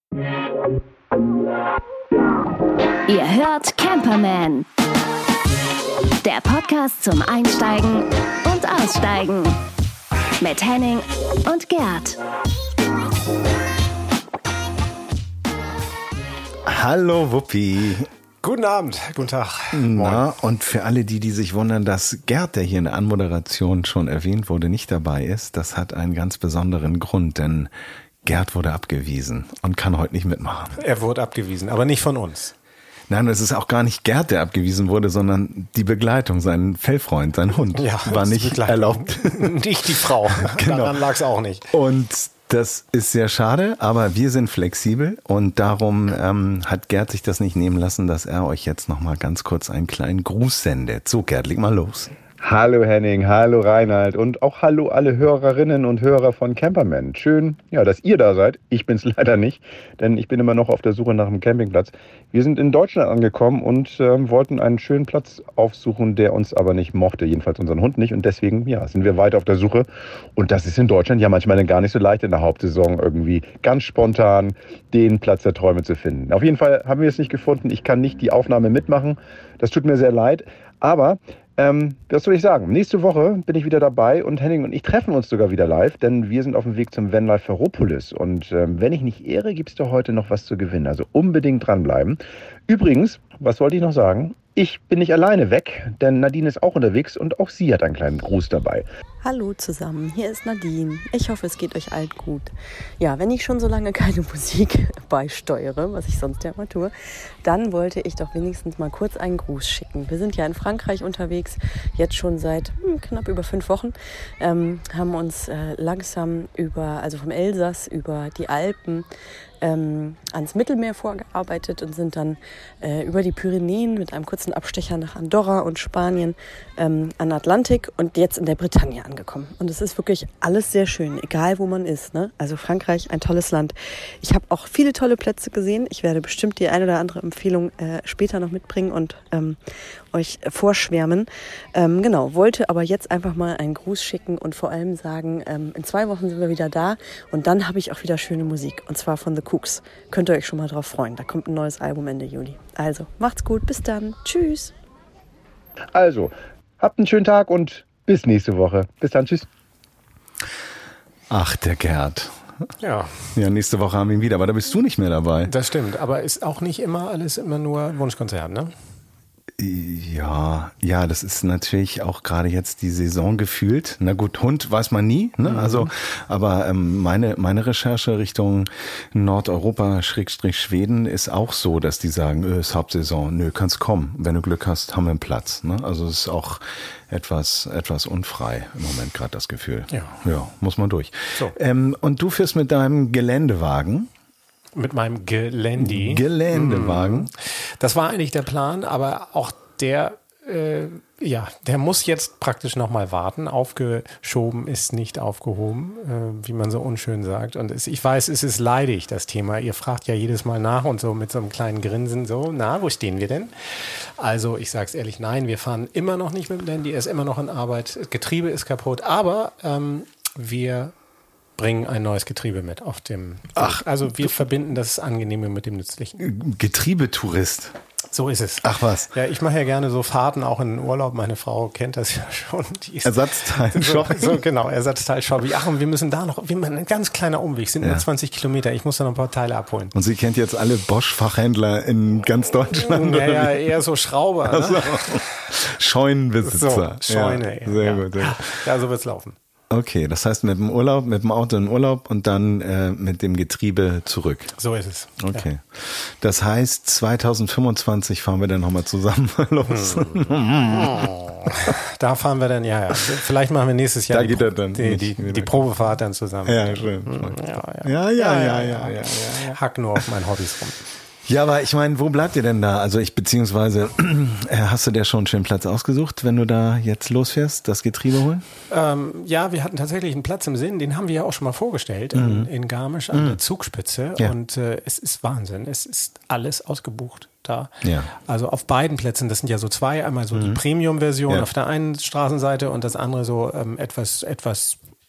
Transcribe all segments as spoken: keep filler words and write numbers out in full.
Ihr hört Camperman, der Podcast zum Einsteigen und Aussteigen mit Henning und Gerd. Hallo Wuppi. Guten Abend, guten Tag. Na, und für alle die, die sich wundern, dass Gerd, der hier in der Anmoderation schon erwähnt wurde, nicht dabei ist, das hat einen ganz besonderen Grund, denn Gerd wurde abgewiesen und kann heute nicht mitmachen. Er wurde abgewiesen, aber nicht von uns. Nein, es ist auch gar nicht Gerd, der abgewiesen wurde, sondern die Begleitung, sein Fellfreund, sein Hund, ja, war nicht erlaubt. Nicht die Frau, genau. Daran lag es auch nicht. Und das ist sehr schade, aber wir sind flexibel und darum ähm, hat Gerd sich das nicht nehmen lassen, dass er euch jetzt nochmal ganz kurz einen kleinen Gruß sendet. So, Gerd, leg mal los. Hallo Henning, hallo Reinhard und auch hallo alle Hörerinnen und Hörer von Camperman. Schön, ja, dass ihr da seid. Ich bin's leider nicht, denn ich bin immer noch auf der Suche nach einem Campingplatz. Wir sind in Deutschland angekommen und ähm, wollten einen schönen Platz aufsuchen, der uns aber nicht mochte, jedenfalls unseren Hund nicht. Und deswegen, ja, sind wir weiter auf der Suche. Und das ist in Deutschland ja manchmal gar nicht so leicht in der Hauptsaison irgendwie ganz spontan den Platz der Träume zu finden. Auf jeden Fall haben wir es nicht gefunden. Ich kann nicht die Aufnahme mitmachen. Das tut mir sehr leid. Aber Ähm, was soll ich sagen? Nächste Woche bin ich wieder dabei und Henning und ich treffen uns sogar wieder live, denn wir sind auf dem Weg zum Vanlife Ferropolis. Und ähm, wenn ich nicht irre, gibt es da heute noch was zu gewinnen. Also unbedingt dranbleiben. Übrigens, was wollte ich noch sagen? Ich bin nicht alleine weg, denn Nadine ist auch unterwegs und auch sie hat einen kleinen Gruß dabei. Hallo zusammen, hier ist Nadine. Ich hoffe, es geht euch allen gut. Ja, wenn ich schon so lange keine Musik beisteuere, was ich sonst ja immer tue, dann wollte ich doch wenigstens mal kurz einen Gruß schicken. Wir sind ja in Frankreich unterwegs, jetzt schon seit hm, knapp über fünf Wochen, ähm, haben uns äh, langsam über, also vom Elsass über die Alpen ähm, ans Mittelmeer vorgearbeitet und sind dann äh, über die Pyrenäen mit einem kurzen Abstecher nach Andorra und Spanien ähm, an Atlantik und jetzt in der Bretagne angekommen. Und es ist wirklich alles sehr schön, egal wo man ist, ne? Also Frankreich, ein tolles Land. Ich habe auch viele tolle Plätze gesehen. Ich werde bestimmt die eine oder andere Empfehlung äh, später noch mitbringen und ähm, euch vorschwärmen. Ähm, genau, wollte aber jetzt einfach mal einen Gruß schicken und vor allem sagen, ähm, in zwei Wochen sind wir wieder da und dann habe ich auch wieder schöne Musik und zwar von The Cooks. Könnt ihr euch schon mal drauf freuen. Da kommt ein neues Album Ende Juli. Also, macht's gut, bis dann. Tschüss. Also, habt einen schönen Tag und bis nächste Woche. Bis dann, tschüss. Ach, der Gerd. Ja. Ja, nächste Woche haben wir ihn wieder, aber da bist du nicht mehr dabei. Das stimmt, aber ist auch nicht immer alles immer nur Wunschkonzert, ne? Ja, ja, das ist natürlich auch gerade jetzt die Saison gefühlt. Na gut, Hund weiß man nie, ne? Also, aber ähm, meine meine Recherche Richtung Nordeuropa Schrägstrich Schweden ist auch so, dass die sagen, öh, ist Hauptsaison, nö, kannst kommen. Wenn du Glück hast, haben wir einen Platz. Ne? Also es ist auch etwas etwas unfrei im Moment gerade das Gefühl. Ja, ja, muss man durch. So. Ähm, und du fährst mit deinem Geländewagen. Mit meinem Gelände. Geländewagen. Das war eigentlich der Plan, aber auch der, äh, ja, der muss jetzt praktisch nochmal warten. Aufgeschoben ist nicht aufgehoben, äh, wie man so unschön sagt. Und es, ich weiß, es ist leidig, das Thema. Ihr fragt ja jedes Mal nach und so mit so einem kleinen Grinsen so, na, wo stehen wir denn? Also ich sag's ehrlich, nein, wir fahren immer noch nicht mit dem Landy, er ist immer noch in Arbeit, das Getriebe ist kaputt, aber ähm, wir bringen ein neues Getriebe mit auf dem. Ach, also wir verbinden das Angenehme mit dem Nützlichen. Getriebetourist. So ist es. Ach was. Ja, ich mache ja gerne so Fahrten auch in den Urlaub. Meine Frau kennt das ja schon. Die ist Ersatzteil-Shopping. So, so, genau, Ersatzteil-Shopping. Ach, und wir müssen da noch, wir machen ein ganz kleiner Umweg, sind Ja. nur zwanzig Kilometer. Ich muss da noch ein paar Teile abholen. Und sie kennt jetzt alle Bosch-Fachhändler in ganz Deutschland. Ja, ja, eher so Schrauber. Ne? Also, Scheunenbesitzer. So, Scheune. Ja, sehr ja. gut. Sehr gut. Ja, so wird's laufen. Okay, das heißt mit dem Urlaub, mit dem Auto in Urlaub und dann äh, mit dem Getriebe zurück. So ist es. Okay. Ja. Das heißt, zwanzig fünfundzwanzig fahren wir dann nochmal zusammen los. Da fahren wir dann, ja, ja. Vielleicht machen wir nächstes Jahr Da die, geht er dann die, nicht die, wieder. die Probefahrt dann zusammen. Ja, schön. Ja, Ja, ja, ja, ja, ja, ja, ja. Hack nur auf meinen Hobbys rum. Ja, aber ich meine, wo bleibt ihr denn da? Also ich, beziehungsweise, hast du dir schon einen schönen Platz ausgesucht, wenn du da jetzt losfährst, das Getriebe holen? Ähm, ja, wir hatten tatsächlich einen Platz im Sinn, den haben wir ja auch schon mal vorgestellt Mhm. in, in Garmisch an Mhm. der Zugspitze Ja. und äh, es ist Wahnsinn, es ist alles ausgebucht da. Ja. Also auf beiden Plätzen, das sind ja so zwei, einmal so Mhm. die Premium-Version Ja. auf der einen Straßenseite und das andere so ähm, etwas, etwas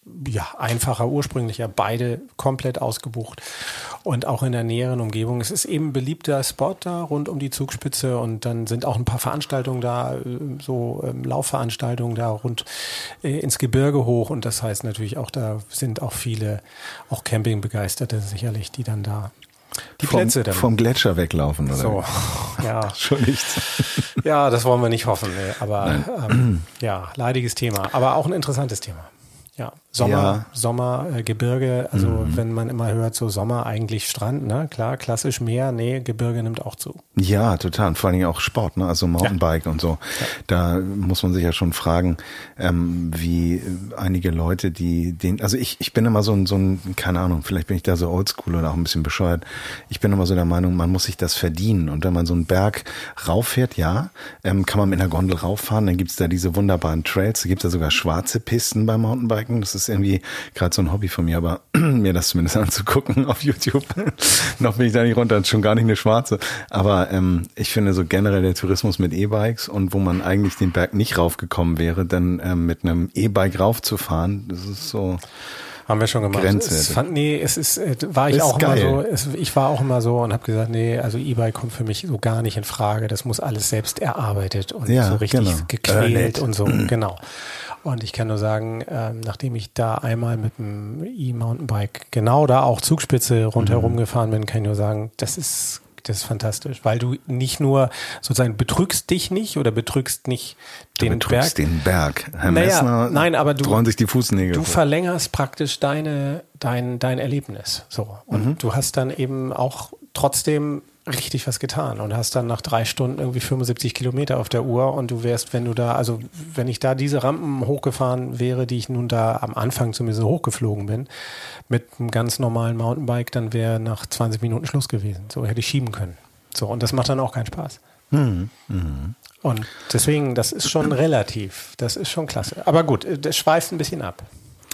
ja, einfacher, ursprünglicher, beide komplett ausgebucht und auch in der näheren Umgebung. Es ist eben ein beliebter Spot da rund um die Zugspitze und dann sind auch ein paar Veranstaltungen da, so ähm, Laufveranstaltungen da rund äh, ins Gebirge hoch und das heißt natürlich auch, da sind auch viele, auch Campingbegeisterte sicherlich, die dann da die vom, Plätze dann. Vom Gletscher weglaufen, oder? So, ja. Schon nichts. Ja, das wollen wir nicht hoffen, nee. aber ähm, ja, leidiges Thema, aber auch ein interessantes Thema. Ja, Sommer, Ja. Sommer, äh, Gebirge, also mhm. wenn man immer hört, so Sommer eigentlich Strand, ne, klar, klassisch Meer, nee, Gebirge nimmt auch zu. Ja, total. Und vor allen Dingen auch Sport, ne? Also Mountainbike ja. und so. Ja. Da muss man sich ja schon fragen, ähm, wie einige Leute, die den, also ich, ich bin immer so ein, so ein, keine Ahnung, vielleicht bin ich da so oldschool oder auch ein bisschen bescheuert. Ich bin immer so der Meinung, man muss sich das verdienen. Und wenn man so einen Berg rauffährt, ja, ähm, kann man mit einer Gondel rauffahren, dann gibt's da diese wunderbaren Trails, da gibt's da sogar schwarze Pisten beim Mountainbiken. Das ist irgendwie gerade so ein Hobby von mir, aber mir das zumindest anzugucken auf YouTube. Noch bin ich da nicht runter, schon gar nicht eine schwarze. Aber ähm, ich finde so generell der Tourismus mit E-Bikes und wo man eigentlich den Berg nicht raufgekommen wäre, dann ähm, mit einem E-Bike raufzufahren, das ist so... Haben wir schon gemacht. Es fand, nee, es ist, war ich ist auch geil. immer so, es, ich war auch immer so und habe gesagt, nee, also E-Bike kommt für mich so gar nicht in Frage. Das muss alles selbst erarbeitet und ja, so richtig genau. gequält äh, und so, genau. Und ich kann nur sagen, ähm, nachdem ich da einmal mit dem E-Mountainbike genau da auch Zugspitze rundherum mhm. gefahren bin, kann ich nur sagen, das ist Das ist fantastisch, weil du nicht nur sozusagen betrügst dich nicht oder betrügst nicht du den betrügst Berg. den Berg. Herr naja, Messner nein, aber du, freuen sich die Fußnägel. Du vor. verlängerst praktisch deine, dein, dein Erlebnis. So. Und Mhm. du hast dann eben auch trotzdem richtig was getan und hast dann nach drei Stunden irgendwie fünfundsiebzig Kilometer auf der Uhr und du wärst, wenn du da, also wenn ich da diese Rampen hochgefahren wäre, die ich nun da am Anfang zumindest hochgeflogen bin, mit einem ganz normalen Mountainbike, dann wäre nach zwanzig Minuten Schluss gewesen. So hätte ich schieben können. So, und das macht dann auch keinen Spaß. Mhm. Mhm. Und deswegen, das ist schon relativ, das ist schon klasse. Aber gut, das schweift ein bisschen ab.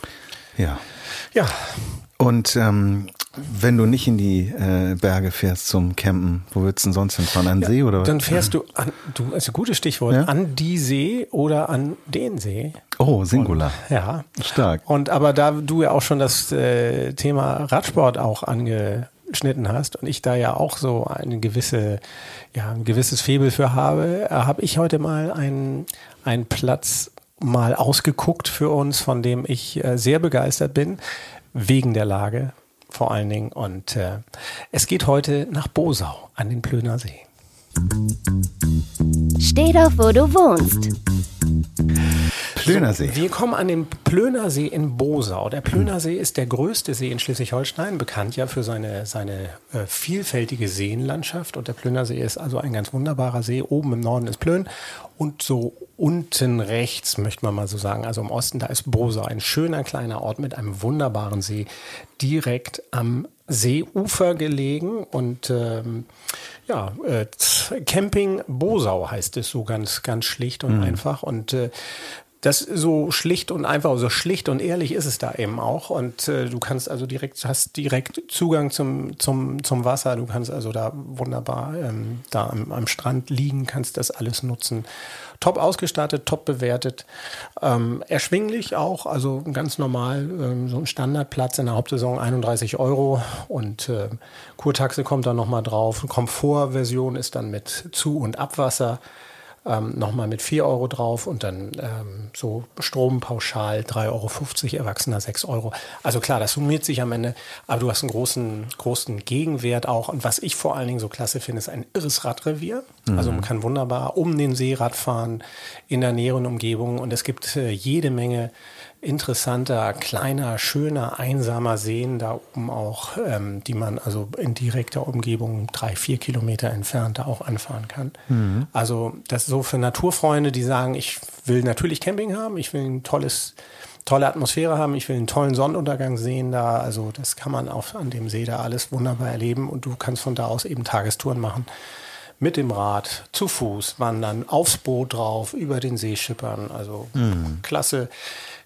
Ja. Ja. Und ähm, wenn du nicht in die äh, Berge fährst zum Campen, wo würdest du denn sonst hinfahren? An den ja, See oder was? Dann fährst du an, du, also gutes Stichwort, ja? an die See oder an den See. Oh, Singular. Und, ja. Stark. Und aber da du ja auch schon das äh, Thema Radsport auch angeschnitten hast und ich da ja auch so eine gewisse, ja, ein gewisses Faible für habe, äh, habe ich heute mal einen, einen Platz mal ausgeguckt für uns, von dem ich äh, sehr begeistert bin, wegen der Lage vor allen Dingen. Und äh, es geht heute nach Bosau an den Plöner See. Steh doch, wo du wohnst. Plöner See. So, wir kommen an den Plöner See in Bosau. Der Plöner See ist der größte See in Schleswig-Holstein, bekannt ja für seine, seine äh, vielfältige Seenlandschaft. Und der Plöner See ist also ein ganz wunderbarer See. Oben im Norden ist Plön und so unten rechts, möchte man mal so sagen, also im Osten, da ist Bosau, ein schöner kleiner Ort mit einem wunderbaren See, direkt am Seeufer gelegen und ähm, ja, äh, Camping Bosau heißt es so ganz, ganz schlicht und mhm. einfach und äh, das so schlicht und einfach, so schlicht und ehrlich ist es da eben auch und äh, du kannst also direkt, hast direkt Zugang zum, zum, zum Wasser, du kannst also da wunderbar ähm, da am, am Strand liegen, kannst das alles nutzen. Top ausgestattet, top bewertet, ähm, erschwinglich auch, also ganz normal, ähm, so ein Standardplatz in der Hauptsaison einunddreißig Euro und äh, Kurtaxe kommt dann nochmal drauf, Komfortversion ist dann mit Zu- und Abwasser, ähm, nochmal mit vier Euro drauf und dann ähm, so Strompauschal drei Euro fünfzig, Erwachsener sechs Euro. Also klar, das summiert sich am Ende, aber du hast einen großen, großen Gegenwert auch. Und was ich vor allen Dingen so klasse finde, ist ein irres Radrevier. Mhm. Also man kann wunderbar um den See Rad fahren, in der näheren Umgebung und es gibt äh, jede Menge interessanter, kleiner, schöner, einsamer Seen da oben auch, ähm, die man also in direkter Umgebung drei, vier Kilometer entfernt da auch anfahren kann. Mhm. Also das ist so für Naturfreunde, die sagen, ich will natürlich Camping haben, ich will ein tolles, tolle Atmosphäre haben, ich will einen tollen Sonnenuntergang sehen da, also das kann man auch an dem See da alles wunderbar erleben und du kannst von da aus eben Tagestouren machen. Mit dem Rad, zu Fuß, wandern, aufs Boot drauf, über den See schippern, also mhm. klasse.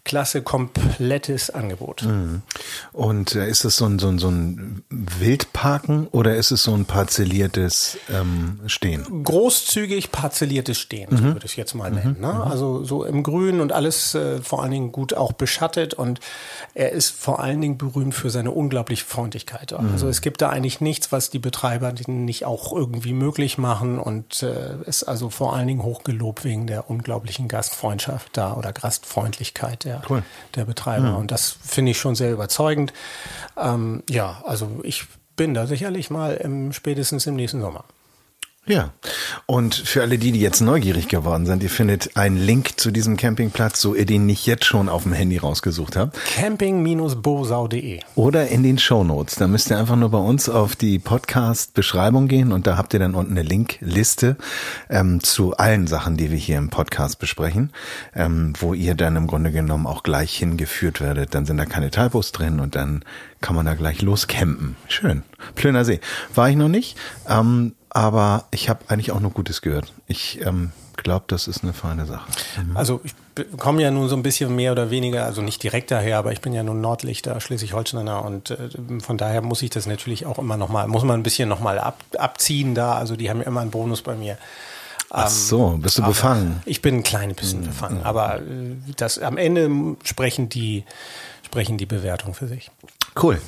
klasse, komplettes Angebot. Mhm. Und äh, ist es so ein, so ein, so ein Wildparken oder ist es so ein parzelliertes ähm, Stehen? Großzügig parzelliertes Stehen, mhm. so würde ich es jetzt mal nennen. Ne? Also so im Grün und alles äh, vor allen Dingen gut auch beschattet, und er ist vor allen Dingen berühmt für seine unglaubliche Freundlichkeit. Mhm. Also es gibt da eigentlich nichts, was die Betreiber nicht auch irgendwie möglich machen, und äh, ist also vor allen Dingen hochgelobt wegen der unglaublichen Gastfreundschaft da oder Gastfreundlichkeit der, cool. der Betreiber. Mhm. Und das finde ich schon sehr überzeugend. Ähm, ja, also ich bin da sicherlich mal im, spätestens im nächsten Sommer. Ja, und für alle die, die jetzt neugierig geworden sind, ihr findet einen Link zu diesem Campingplatz, so ihr den nicht jetzt schon auf dem Handy rausgesucht habt. camping Bindestrich bosau punkt de Oder in den Shownotes. Da müsst ihr einfach nur bei uns auf die Podcast-Beschreibung gehen, und da habt ihr dann unten eine Linkliste ähm, zu allen Sachen, die wir hier im Podcast besprechen, ähm, wo ihr dann im Grunde genommen auch gleich hingeführt werdet. Dann sind da keine Typos drin, und dann kann man da gleich loscampen. Schön. Plöner See. War ich noch nicht, ähm, aber ich habe eigentlich auch nur Gutes gehört. Ich ähm, glaube, das ist eine feine Sache. Mhm. Also ich komme ja nun so ein bisschen mehr oder weniger, also nicht direkt daher, aber ich bin ja nun Nordlichter, Schleswig-Holsteiner, und äh, von daher muss ich das natürlich auch immer nochmal, muss man ein bisschen nochmal ab, abziehen da. Also die haben ja immer einen Bonus bei mir. Ach so, bist du befangen? Ich bin ein kleines bisschen mhm. befangen, aber äh, das am Ende sprechen die, sprechen die Bewertungen für sich. Cool.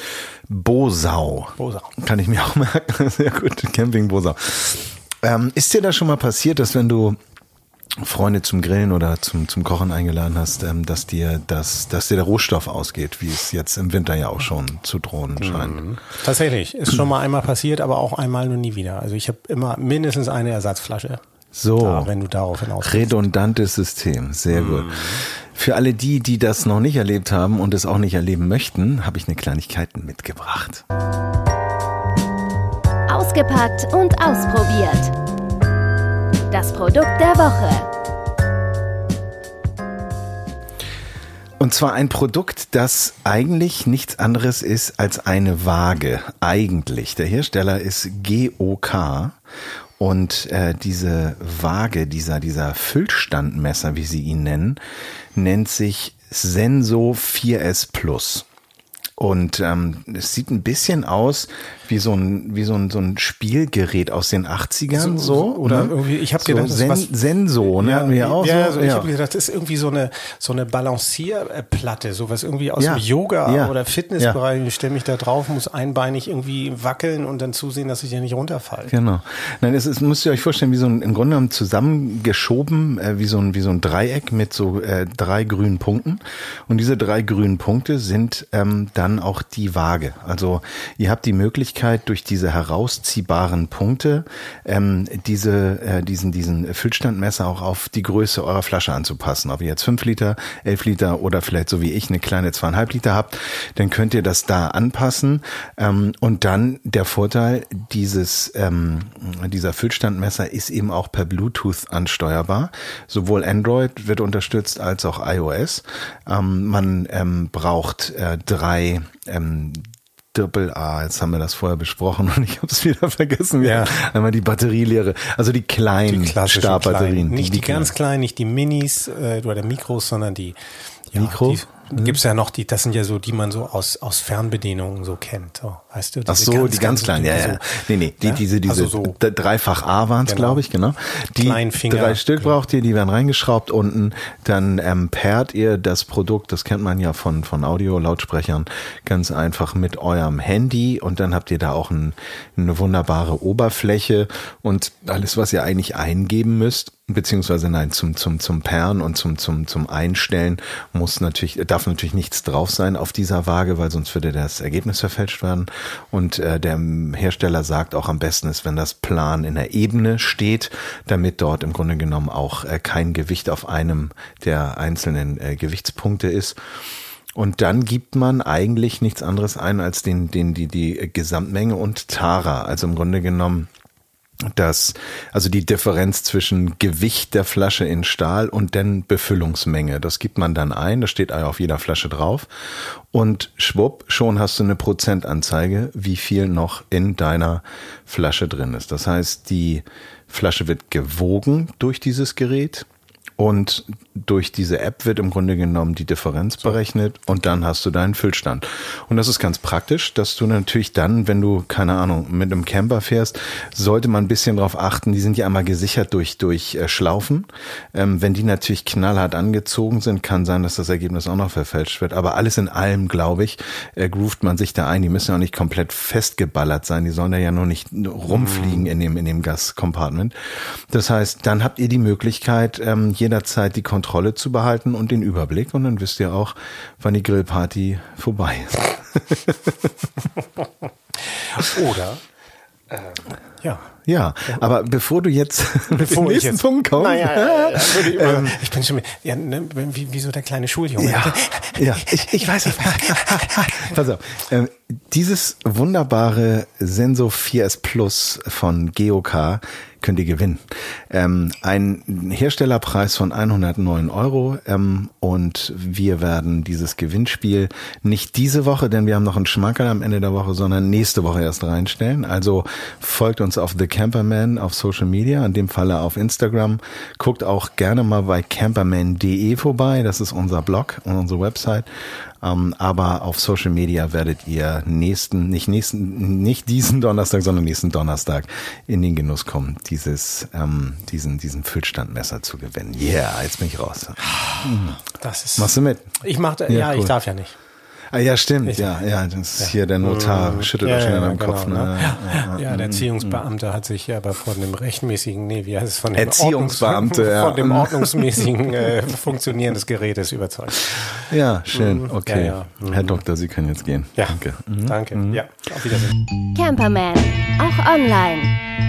Bosau. Bosau. Kann ich mir auch merken. Sehr gut. Camping Bosau. Ähm, ist dir das schon mal passiert, dass wenn du Freunde zum Grillen oder zum, zum Kochen eingeladen hast, ähm, dass dir das, dass dir der Rohstoff ausgeht, wie es jetzt im Winter ja auch schon zu drohen scheint? Mhm. Tatsächlich. Ist schon mal einmal passiert, aber auch einmal nur nie wieder. Also ich habe immer mindestens eine Ersatzflasche. So. Da, wenn du darauf hinaus Redundantes System. Sehr mhm. gut. Für alle die, die das noch nicht erlebt haben und es auch nicht erleben möchten, habe ich eine Kleinigkeit mitgebracht. Ausgepackt und ausprobiert. Das Produkt der Woche. Und zwar ein Produkt, das eigentlich nichts anderes ist als eine Waage. Eigentlich. Der Hersteller ist G O K. Und äh, diese Waage, dieser, dieser Füllstandmesser, wie sie ihn nennen, nennt sich Senso vier S Plus. Und ähm, es sieht ein bisschen aus wie so ein wie so ein so ein Spielgerät aus den achtzigern, so, so oder ne? irgendwie. Ich habe so gedacht, das Sen- ist was, Senso, ne? Ja, Hatten wir auch ja, so. also ich ja. habe gedacht, das ist irgendwie so eine so eine Balancierplatte, sowas irgendwie aus Ja. dem Yoga Ja. oder Fitnessbereich. Ich stelle mich da drauf, muss einbeinig irgendwie wackeln und dann zusehen, dass ich ja nicht runterfalle. Genau. Nein, es ist, müsst ihr euch vorstellen, wie so ein, im Grunde genommen zusammengeschoben, äh, wie so ein, wie so ein Dreieck mit so äh, drei grünen Punkten. Und diese drei grünen Punkte sind ähm, dann auch die Waage. Also ihr habt die Möglichkeit, durch diese herausziehbaren Punkte ähm, diese, äh, diesen, diesen Füllstandmesser auch auf die Größe eurer Flasche anzupassen. Ob ihr jetzt fünf Liter, elf Liter oder vielleicht so wie ich eine kleine zweieinhalb Liter habt, dann könnt ihr das da anpassen. Ähm, und dann der Vorteil, dieses ähm, dieser Füllstandmesser ist eben auch per Bluetooth ansteuerbar. Sowohl Android wird unterstützt als auch iOS. Ähm, man ähm, braucht äh, drei ähm, Doppel A, jetzt haben wir das vorher besprochen und ich habe es wieder vergessen. Ja. Einmal die Batterielehre, also die kleinen Die Startbatterien. kleinen. Nicht die, die ganz kleinen, nicht die Minis äh, oder Mikros, sondern die ja, Mikro? Die, mhm. Gibt's ja noch die, das sind ja so, die man so aus aus Fernbedienungen so kennt, so, weißt du? Ach so, ganz, die ganz, ganz kleinen, ja, ja. Nee, nee, die, ja? diese, diese also so. Dreifach A waren es, genau. glaube ich, genau. Die Kleinfinger. drei Stück genau. braucht ihr, die werden reingeschraubt unten, dann ähm, pairt ihr das Produkt, das kennt man ja von von Audio-Lautsprechern, ganz einfach mit eurem Handy und dann habt ihr da auch ein, eine wunderbare Oberfläche und alles, was ihr eigentlich eingeben müsst, beziehungsweise nein, zum zum zum Pairen und zum zum zum Einstellen muss natürlich darf natürlich nichts drauf sein auf dieser Waage, weil sonst würde das Ergebnis verfälscht werden. Und äh, der Hersteller sagt auch, am besten ist, wenn das Plan in der Ebene steht, damit dort im Grunde genommen auch äh, kein Gewicht auf einem der einzelnen äh, Gewichtspunkte ist. Und dann gibt man eigentlich nichts anderes ein als den den die die Gesamtmenge und Tara, also im Grunde genommen das, also die Differenz zwischen Gewicht der Flasche in Stahl und dann Befüllungsmenge. Das gibt man dann ein, das steht auf jeder Flasche drauf und schwupp, schon hast du eine Prozentanzeige, wie viel noch in deiner Flasche drin ist. Das heißt, die Flasche wird gewogen durch dieses Gerät und durch diese App wird im Grunde genommen die Differenz berechnet und dann hast du deinen Füllstand. Und das ist ganz praktisch, dass du natürlich dann, wenn du, keine Ahnung, mit einem Camper fährst, sollte man ein bisschen drauf achten, die sind ja einmal gesichert durch, durch äh, Schlaufen. Ähm, wenn die natürlich knallhart angezogen sind, kann sein, dass das Ergebnis auch noch verfälscht wird. Aber alles in allem, glaube ich, äh, groovt man sich da ein. Die müssen ja auch nicht komplett festgeballert sein. Die sollen ja nur nicht rumfliegen in dem, in dem Gascompartment. Das heißt, dann habt ihr die Möglichkeit, ähm, jederzeit die Kontrolle zu behalten und den Überblick. Und dann wisst ihr auch, wann die Grillparty vorbei ist. Oder, äh, ja. Ja, aber bevor du jetzt Bevor den nächsten jetzt, Punkt kommst. Naja, ja, ja, ich, ähm, ich bin schon, ja, ne, wie, wie so der kleine Schuljunge. Ja, ja ich, ich weiß es. Pass auf. Ähm, dieses wunderbare Senso vier S Plus von G O K könnt ihr gewinnen. Ähm, ein Herstellerpreis von hundertneun Euro ähm, und wir werden dieses Gewinnspiel nicht diese Woche, denn wir haben noch einen Schmankerl am Ende der Woche, sondern nächste Woche erst reinstellen. Also folgt uns auf The Camperman auf Social Media, in dem Falle auf Instagram. Guckt auch gerne mal bei camperman punkt de vorbei, das ist unser Blog und unsere Website. Um, aber auf Social Media werdet ihr nächsten, nicht nächsten, nicht diesen Donnerstag, sondern nächsten Donnerstag in den Genuss kommen, dieses, ähm, diesen, diesen Füllstandmesser zu gewinnen. Yeah, jetzt bin ich raus. Das ist. Machst du mit? Ich mach, ja, Ja, ja cool. Ich darf ja nicht. Ah, ja, stimmt, Ich- ja, ja, das ist Ja. hier der Notar, Mhm. schüttelt Ja, auch schon in ja, deinem genau, Kopf. ne? Ne? Ja, ja, der Erziehungsbeamte hat sich ja aber von dem rechtmäßigen, nee, wie heißt es, von dem Erziehungsbeamte, Ordnungs- ja. von dem ordnungsmäßigen äh, Funktionieren des Gerätes überzeugt. Ja, schön, Mhm. okay. Ja, ja. Mhm. Herr Doktor, Sie können jetzt gehen. Ja, Danke. danke. Ja, auf Wiedersehen. Camperman, auch online.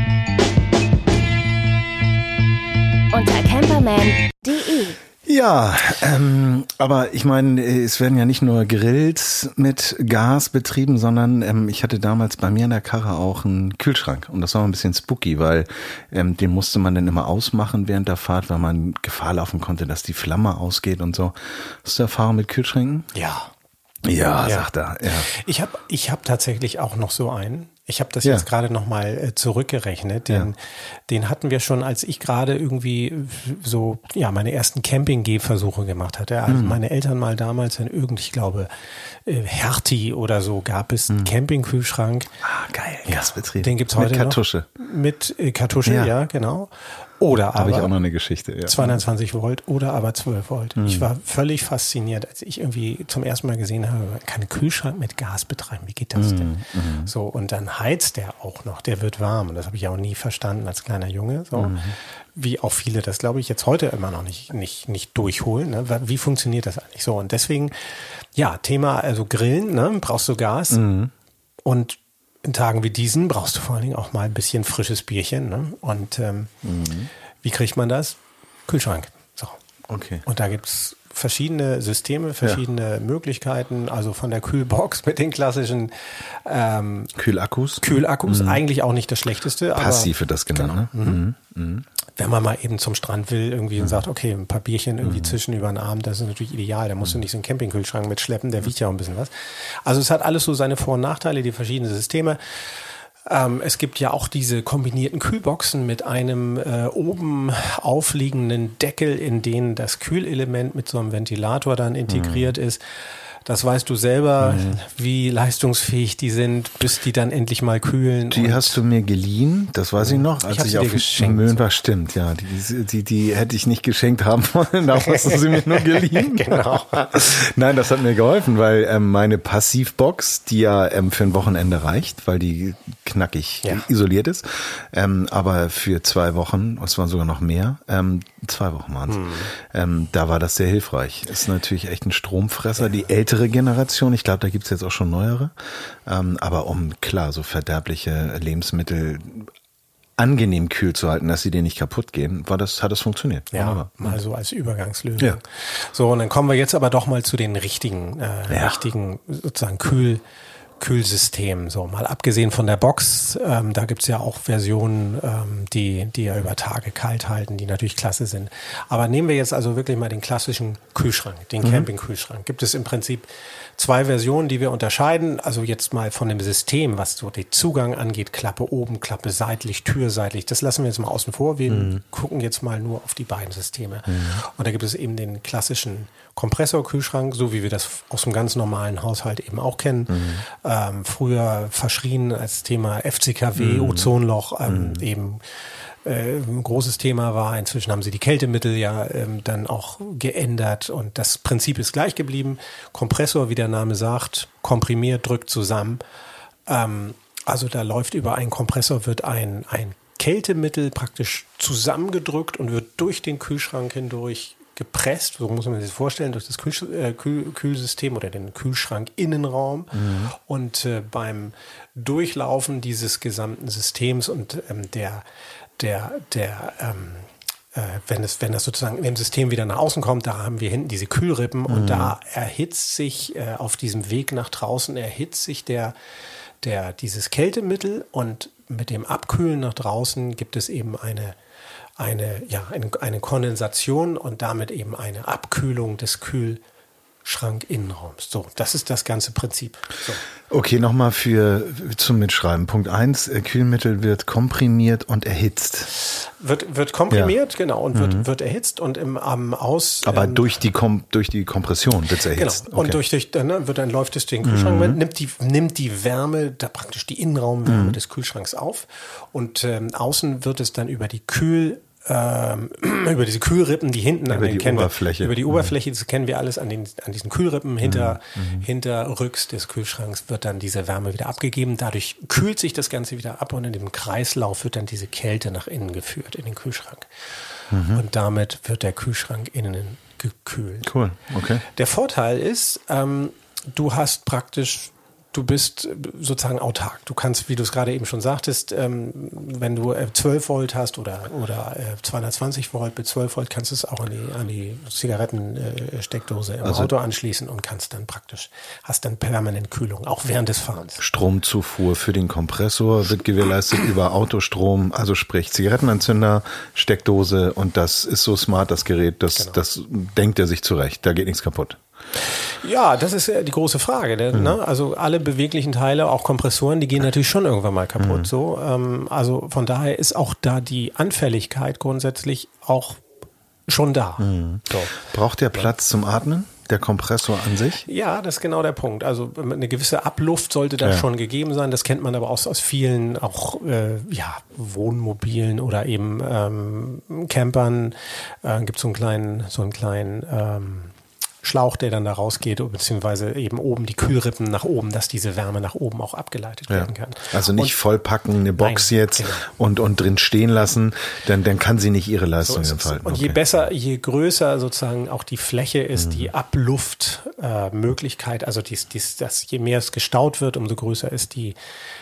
Unter camperman punkt de. Ja, ähm, aber ich meine, es werden ja nicht nur Grills mit Gas betrieben, sondern ähm, ich hatte damals bei mir in der Karre auch einen Kühlschrank und das war ein bisschen spooky, weil ähm, den musste man dann immer ausmachen während der Fahrt, weil man Gefahr laufen konnte, dass die Flamme ausgeht und so. Hast du Erfahrung mit Kühlschränken? Ja. Ja, Ja. sagt er. Ja. Ich habe ich hab tatsächlich auch noch so einen. Ich habe das Ja. jetzt gerade nochmal äh, zurückgerechnet. Den, Ja. den hatten wir schon, als ich gerade irgendwie so, ja, meine ersten Camping-Gehversuche gemacht hatte. Also meine Eltern mal damals in irgend, ich glaube, äh, Hertie oder so gab es einen Campingkühlschrank. Ah, geil, Ja, Gasbetrieb. den gibt's heute mit Kartusche. noch. Mit äh, Kartusche, Ja. ja, genau. Oder Da habe ich auch aber noch eine Geschichte. Ja. zweihundertzwanzig Volt oder aber zwölf Volt. Ich war völlig fasziniert, als ich irgendwie zum ersten Mal gesehen habe, man kann einen Kühlschrank mit Gas betreiben. Wie geht das denn? So, und dann heizt der auch noch, der wird warm. Und das habe ich auch nie verstanden als kleiner Junge. So. Wie auch viele das, glaube ich, jetzt heute immer noch nicht, nicht, nicht durchholen. Ne? Wie funktioniert das eigentlich so? Und deswegen, ja, Thema, also Grillen, ne? Brauchst du Gas. Und in Tagen wie diesen brauchst du vor allen Dingen auch mal ein bisschen frisches Bierchen. Ne? Und ähm, wie kriegt man das? Kühlschrank. So. Okay. Und da gibt's verschiedene Systeme, verschiedene Möglichkeiten. Also von der Kühlbox mit den klassischen ähm, Kühlakkus? Kühlakkus, eigentlich auch nicht das Schlechteste. Passiv aber wird das genannt, Genau. ne? Mhm. wenn man mal eben zum Strand will irgendwie und sagt, okay, ein paar Bierchen irgendwie zwischen über den Abend, das ist natürlich ideal. Da musst du nicht so einen Campingkühlschrank mitschleppen, der wiegt ja auch ein bisschen was. Also es hat alles so seine Vor- und Nachteile, die verschiedenen Systeme. Ähm, es gibt ja auch diese kombinierten Kühlboxen mit einem äh, oben aufliegenden Deckel, in den das Kühlelement mit so einem Ventilator dann integriert ist. Das weißt du selber, mhm. wie leistungsfähig die sind, bis die dann endlich mal kühlen. Die hast du mir geliehen, das weiß ich noch, als hab ich, sie dir auf geschenkt. Möhn war. Stimmt, ja, die, die, die hätte ich nicht geschenkt haben wollen, da hast du sie mir nur geliehen. Genau. Nein, das hat mir geholfen, weil ähm, meine Passivbox, die ja ähm, für ein Wochenende reicht, weil die knackig Ja. isoliert ist, ähm, aber für zwei Wochen, es waren sogar noch mehr, ähm, zwei Wochen waren es, hm. ähm, da war das sehr hilfreich. Ist natürlich echt ein Stromfresser, die ältere Generation, ich glaube, da gibt's jetzt auch schon neuere, ähm, aber um, klar, so verderbliche Lebensmittel angenehm kühl zu halten, dass sie dir nicht kaputt gehen, war das, hat das funktioniert. Ja, Wunderbar. mal so als Übergangslösung. Ja. So, und dann kommen wir jetzt aber doch mal zu den richtigen, äh, Ja. richtigen sozusagen Kühl, Kühlsystem. So, mal abgesehen von der Box, ähm, da gibt's ja auch Versionen, ähm, die, die ja über Tage kalt halten, die natürlich klasse sind. Aber nehmen wir jetzt also wirklich mal den klassischen Kühlschrank, den mhm. Campingkühlschrank. Gibt es im Prinzip zwei Versionen, die wir unterscheiden. Also jetzt mal von dem System, was so den Zugang angeht, Klappe oben, Klappe seitlich, Tür seitlich. Das lassen wir jetzt mal außen vor. Wir mhm. gucken jetzt mal nur auf die beiden Systeme. Mhm. Und da gibt es eben den klassischen Kompressorkühlschrank, so wie wir das aus dem ganz normalen Haushalt eben auch kennen. Mhm. Ähm, früher verschrien als Thema F C K W, mhm. Ozonloch, ähm, mhm. eben äh, ein großes Thema war. Inzwischen haben sie die Kältemittel ja ähm, dann auch geändert und das Prinzip ist gleich geblieben. Kompressor, wie der Name sagt, komprimiert, drückt zusammen. Ähm, also da läuft über einen Kompressor, wird ein, ein Kältemittel praktisch zusammengedrückt und wird durch den Kühlschrank hindurch gepresst, so muss man sich das vorstellen, durch das Kühl, äh, Kühl, Kühlsystem oder den Kühlschrank-Innenraum. Mhm. Und äh, beim Durchlaufen dieses gesamten Systems und ähm, der, der, der, ähm, äh, wenn es, wenn das sozusagen in dem System wieder nach außen kommt, da haben wir hinten diese Kühlrippen mhm. und da erhitzt sich äh, auf diesem Weg nach draußen erhitzt sich der, der, dieses Kältemittel und mit dem Abkühlen nach draußen gibt es eben eine Eine, ja, eine, eine Kondensation und damit eben eine Abkühlung des Kühlschrank-Innenraums. So, das ist das ganze Prinzip. So. Okay, nochmal für zum Mitschreiben. Punkt eins, Kühlmittel wird komprimiert und erhitzt. Wird, wird komprimiert, ja. genau, und wird, mhm. wird erhitzt und im am Aus... Aber ähm, durch, die Kom- durch die Kompression wird es erhitzt. Genau, okay. Und durch, durch dann, wird dann läuft es den Kühlschrank, mhm. nimmt, die, nimmt die Wärme, da praktisch die Innenraumwärme mhm. des Kühlschranks auf und ähm, außen wird es dann über die Kühl... Ähm, über diese Kühlrippen, die hinten über an den die kennen Oberfläche. Wir, über die Oberfläche, das kennen wir alles an den an diesen Kühlrippen hinter mhm. hinterrücks des Kühlschranks wird dann diese Wärme wieder abgegeben. Dadurch kühlt sich das Ganze wieder ab und in dem Kreislauf wird dann diese Kälte nach innen geführt in den Kühlschrank. Mhm. Und damit wird der Kühlschrank innen gekühlt. Cool, okay. Der Vorteil ist, ähm, du hast praktisch Du bist sozusagen autark. Du kannst, wie du es gerade eben schon sagtest, ähm, wenn du äh, zwölf Volt hast oder, oder äh, zweihundertzwanzig Volt, mit zwölf Volt kannst du es auch an die, an die Zigarettensteckdose äh, im also Auto anschließen und kannst dann praktisch, hast dann permanent Kühlung, auch während des Fahrens. Stromzufuhr für den Kompressor wird gewährleistet über Autostrom, also sprich Zigarettenanzünder, Steckdose und das ist so smart, das Gerät, das, genau. das denkt er sich zurecht, da geht nichts kaputt. Ja, das ist die große Frage. Der, mhm. ne? Also alle beweglichen Teile, auch Kompressoren, die gehen natürlich schon irgendwann mal kaputt. Mhm. So, ähm, also von daher ist auch da die Anfälligkeit grundsätzlich auch schon da. Mhm. So. Braucht der Platz zum Atmen? Der Kompressor an sich? Ja, das ist genau der Punkt. Also eine gewisse Abluft sollte da ja. schon gegeben sein. Das kennt man aber aus, aus vielen auch äh, ja, Wohnmobilen oder eben ähm, Campern. Äh, gibt so einen kleinen, so einen kleinen ähm, Schlauch, der dann da rausgeht, beziehungsweise eben oben die Kühlrippen nach oben, dass diese Wärme nach oben auch abgeleitet ja. werden kann. Also nicht und, vollpacken, eine Box nein, jetzt genau. und, und drin stehen lassen, dann, dann kann sie nicht ihre Leistung so entfalten. Und okay. je besser, je größer sozusagen auch die Fläche ist, mhm. die Abluftmöglichkeit, äh, also dies, dies, das, je mehr es gestaut wird, umso größer ist die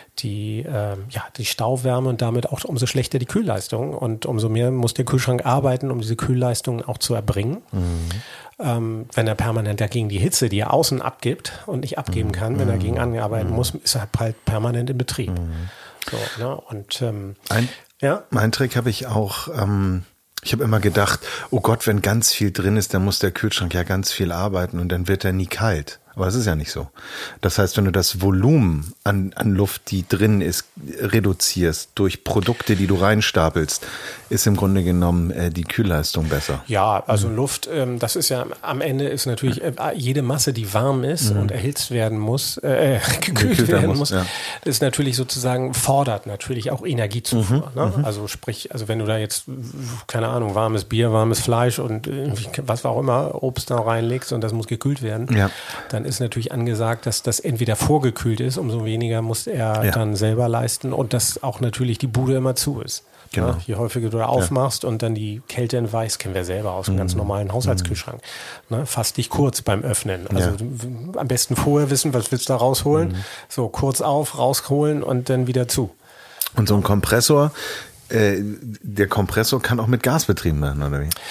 die ähm, ja die Stauwärme und damit auch umso schlechter die Kühlleistung und umso mehr muss der Kühlschrank arbeiten, um diese Kühlleistung auch zu erbringen. Mhm. Ähm, wenn er permanent dagegen die Hitze, die er außen abgibt und nicht abgeben kann, mhm. wenn er gegen anarbeiten mhm. muss, ist er halt permanent in Betrieb. Mhm. So, ne? Und ähm, ein, ja? Mein Trick habe ich auch, ähm, ich habe immer gedacht, oh Gott, wenn ganz viel drin ist, dann muss der Kühlschrank ja ganz viel arbeiten und dann wird er nie kalt. Aber es ist ja nicht so. Das heißt, wenn du das Volumen an, an Luft, die drin ist, reduzierst durch Produkte, die du reinstapelst, ist im Grunde genommen äh, die Kühlleistung besser. Ja, also mhm. Luft, ähm, das ist ja am Ende ist natürlich äh, jede Masse, die warm ist mhm. und erhitzt werden muss, äh, gekühlt, gekühlt werden muss, muss ja. ist natürlich sozusagen, fordert natürlich auch Energiezufuhr. Mhm. Ne? Mhm. Also sprich, also wenn du da jetzt, keine Ahnung, warmes Bier, warmes Fleisch und äh, was auch immer, Obst da reinlegst und das muss gekühlt werden, ja. dann ist natürlich angesagt, dass das entweder vorgekühlt ist, umso weniger muss er ja. dann selber leisten und dass auch natürlich die Bude immer zu ist. Genau. Ja, je häufiger du da aufmachst ja. und dann die Kälte entweichst, kennen wir selber aus einem mm. ganz normalen Haushaltskühlschrank. Mm. Ne, fass dich kurz beim Öffnen. Also ja. du, am besten vorher wissen, was willst du da rausholen. Mm. So kurz auf, rausholen und dann wieder zu. Und so ein Kompressor, äh, der Kompressor kann auch mit Gas betrieben werden, oder wie?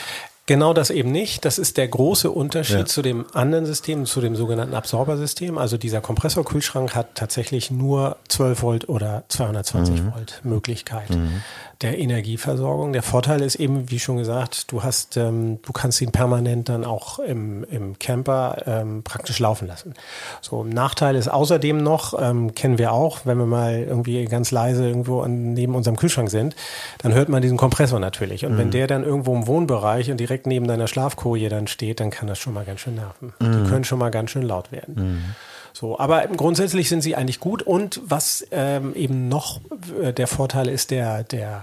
Genau das eben nicht. Das ist der große Unterschied Ja. zu dem anderen System, zu dem sogenannten Absorbersystem. Also dieser Kompressorkühlschrank hat tatsächlich nur zwölf Volt oder zweihundertzwanzig Mhm. Volt Möglichkeit der Energieversorgung. Der Vorteil ist eben, wie schon gesagt, du hast, ähm, du kannst ihn permanent dann auch im, im Camper ähm, praktisch laufen lassen. So, ein Nachteil ist außerdem noch, ähm, kennen wir auch, wenn wir mal irgendwie ganz leise irgendwo an, neben unserem Kühlschrank sind, dann hört man diesen Kompressor natürlich. Und wenn der dann irgendwo im Wohnbereich und direkt neben deiner Schlafkoje dann steht, dann kann das schon mal ganz schön nerven. Die können schon mal ganz schön laut werden. So, aber grundsätzlich sind sie eigentlich gut. Und was ähm, eben noch äh, der Vorteil ist, der, der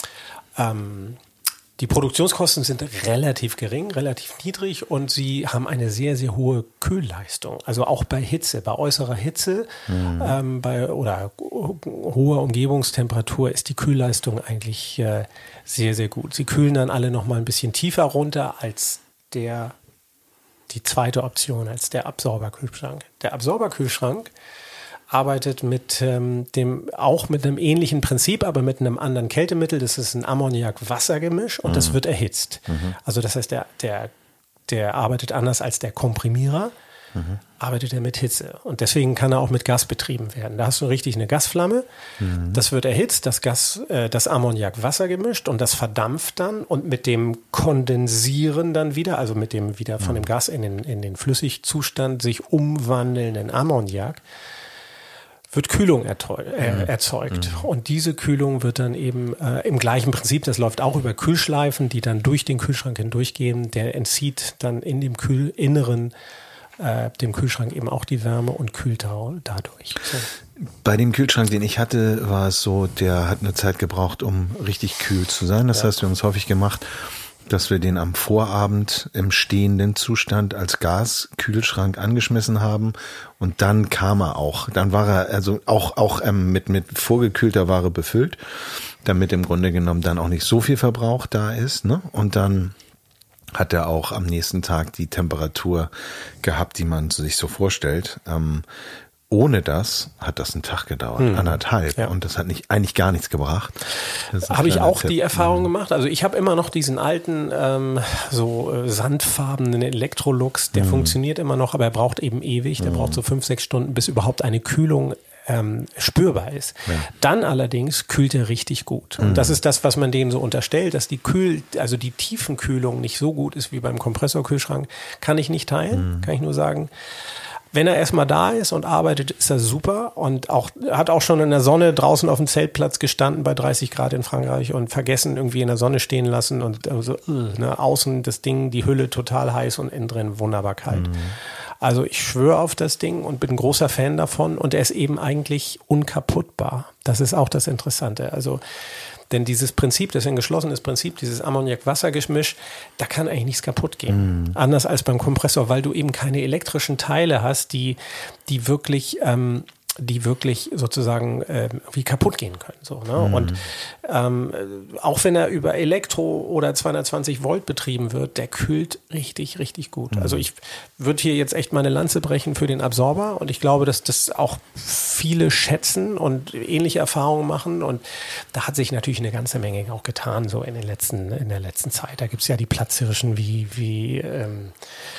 ähm, die Produktionskosten sind relativ gering, relativ niedrig und sie haben eine sehr, sehr hohe Kühlleistung. Also auch bei Hitze, bei äußerer Hitze ähm, bei, oder ho- hoher Umgebungstemperatur ist die Kühlleistung eigentlich äh, sehr, sehr gut. Sie kühlen dann alle noch mal ein bisschen tiefer runter als der die zweite Option, als der Absorberkühlschrank. Der Absorberkühlschrank arbeitet mit ähm, dem auch mit einem ähnlichen Prinzip, aber mit einem anderen Kältemittel. Das ist ein Ammoniak-Wasser-Gemisch und das wird erhitzt. Also das heißt, der, der, der arbeitet anders als der Komprimierer, arbeitet er mit Hitze. Und deswegen kann er auch mit Gas betrieben werden. Da hast du richtig eine Gasflamme. Das wird erhitzt, das Gas, äh, das Ammoniak-Wasser gemischt und das verdampft dann und mit dem Kondensieren dann wieder, also mit dem wieder von dem Gas in den, in den Flüssigzustand sich umwandelnden Ammoniak, wird Kühlung erteu- äh, erzeugt. Und diese Kühlung wird dann eben äh, im gleichen Prinzip, das läuft auch über Kühlschleifen, die dann durch den Kühlschrank hindurchgehen, der entzieht dann in dem Kühlinneren äh, dem Kühlschrank eben auch die Wärme und kühlt da- dadurch. So. Bei dem Kühlschrank, den ich hatte, war es so, der hat eine Zeit gebraucht, um richtig kühl zu sein. Das heißt, wir haben es häufig gemacht, dass wir den am Vorabend im stehenden Zustand als Gaskühlschrank angeschmissen haben und dann kam er auch. Dann war er also auch auch ähm, mit mit vorgekühlter Ware befüllt, damit im Grunde genommen dann auch nicht so viel Verbrauch da ist, ne? Und dann hat er auch am nächsten Tag die Temperatur gehabt, die man sich so vorstellt. Ähm, Ohne das hat das einen Tag gedauert, hm. anderthalb. Ja. Und das hat nicht eigentlich gar nichts gebracht. Habe ich auch Tipp. die Erfahrung gemacht. Also ich habe immer noch diesen alten, ähm, so äh, sandfarbenen Electrolux. Der hm. funktioniert immer noch, aber er braucht eben ewig. Der hm. braucht so fünf, sechs Stunden, bis überhaupt eine Kühlung ähm, spürbar ist. Ja. Dann allerdings kühlt er richtig gut. Und hm. das ist das, was man denen so unterstellt, dass die Kühl, also die Tiefenkühlung nicht so gut ist wie beim Kompressorkühlschrank. Kann ich nicht teilen, hm. kann ich nur sagen. Wenn er erstmal da ist und arbeitet, ist er super und auch hat auch schon in der Sonne draußen auf dem Zeltplatz gestanden bei dreißig Grad in Frankreich und vergessen irgendwie in der Sonne stehen lassen und so, ne, außen das Ding, die Hülle total heiß und innen drin wunderbar kalt. Mhm. Also ich schwöre auf das Ding und bin ein großer Fan davon und er ist eben eigentlich unkaputtbar. Das ist auch das Interessante. Also denn dieses Prinzip, das ist ein geschlossenes Prinzip, dieses Ammoniak-Wasser-Gemisch, da kann eigentlich nichts kaputt gehen. Mm. Anders als beim Kompressor, weil du eben keine elektrischen Teile hast, die, die wirklich, ähm, die wirklich sozusagen äh, wie kaputt gehen können. So, ne? Mm. Und ähm, auch wenn er über Elektro- oder zweihundertzwanzig Volt betrieben wird, der kühlt richtig, richtig gut. Mm. Also ich würde hier jetzt echt meine Lanze brechen für den Absorber und ich glaube, dass das auch viele schätzen und ähnliche Erfahrungen machen und da hat sich natürlich eine ganze Menge auch getan, so in den letzten, in der letzten Zeit. Da gibt es ja die Platzhirschen wie, wie ähm,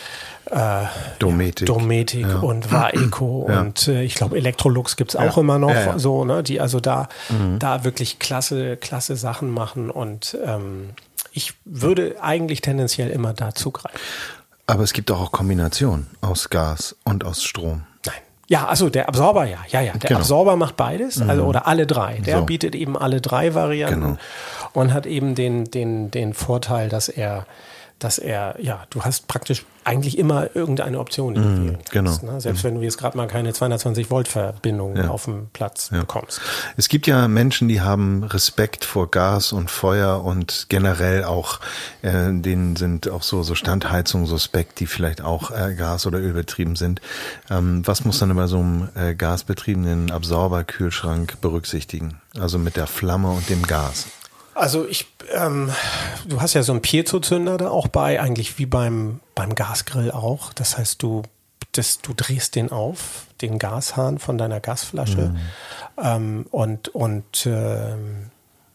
Äh, Dometic, ja, Dometic ja. und Waeco ja. und äh, ich glaube Electrolux gibt's auch ja. immer noch, ja, ja. so, ne, die also da, mhm. da wirklich klasse, klasse Sachen machen und ähm, ich würde eigentlich tendenziell immer da zugreifen. Aber es gibt auch Kombinationen aus Gas und aus Strom. Nein. Ja, also der Absorber, ja, ja, ja. Der genau. Absorber macht beides, also oder alle drei. Der so. bietet eben alle drei Varianten genau. und hat eben den, den, den Vorteil, dass er dass er, ja, du hast praktisch eigentlich immer irgendeine Option, die du wählen kannst. Genau. Ne? Selbst mhm. wenn du jetzt gerade mal keine zweihundertzwanzig Volt Verbindung ja. auf dem Platz ja. bekommst. Es gibt ja Menschen, die haben Respekt vor Gas und Feuer und generell auch, äh, denen sind auch so, so Standheizungen suspekt, die vielleicht auch äh, Gas- oder Ölbetrieben sind. Ähm, was muss dann bei so einem äh, gasbetriebenen Absorberkühlschrank berücksichtigen? Also mit der Flamme und dem Gas. Also ich, ähm, du hast ja so einen Piezo-Zünder da auch bei, eigentlich wie beim, beim Gasgrill auch. Das heißt, du, das, du drehst den auf, den Gashahn von deiner Gasflasche. Mhm. Ähm, und und ähm,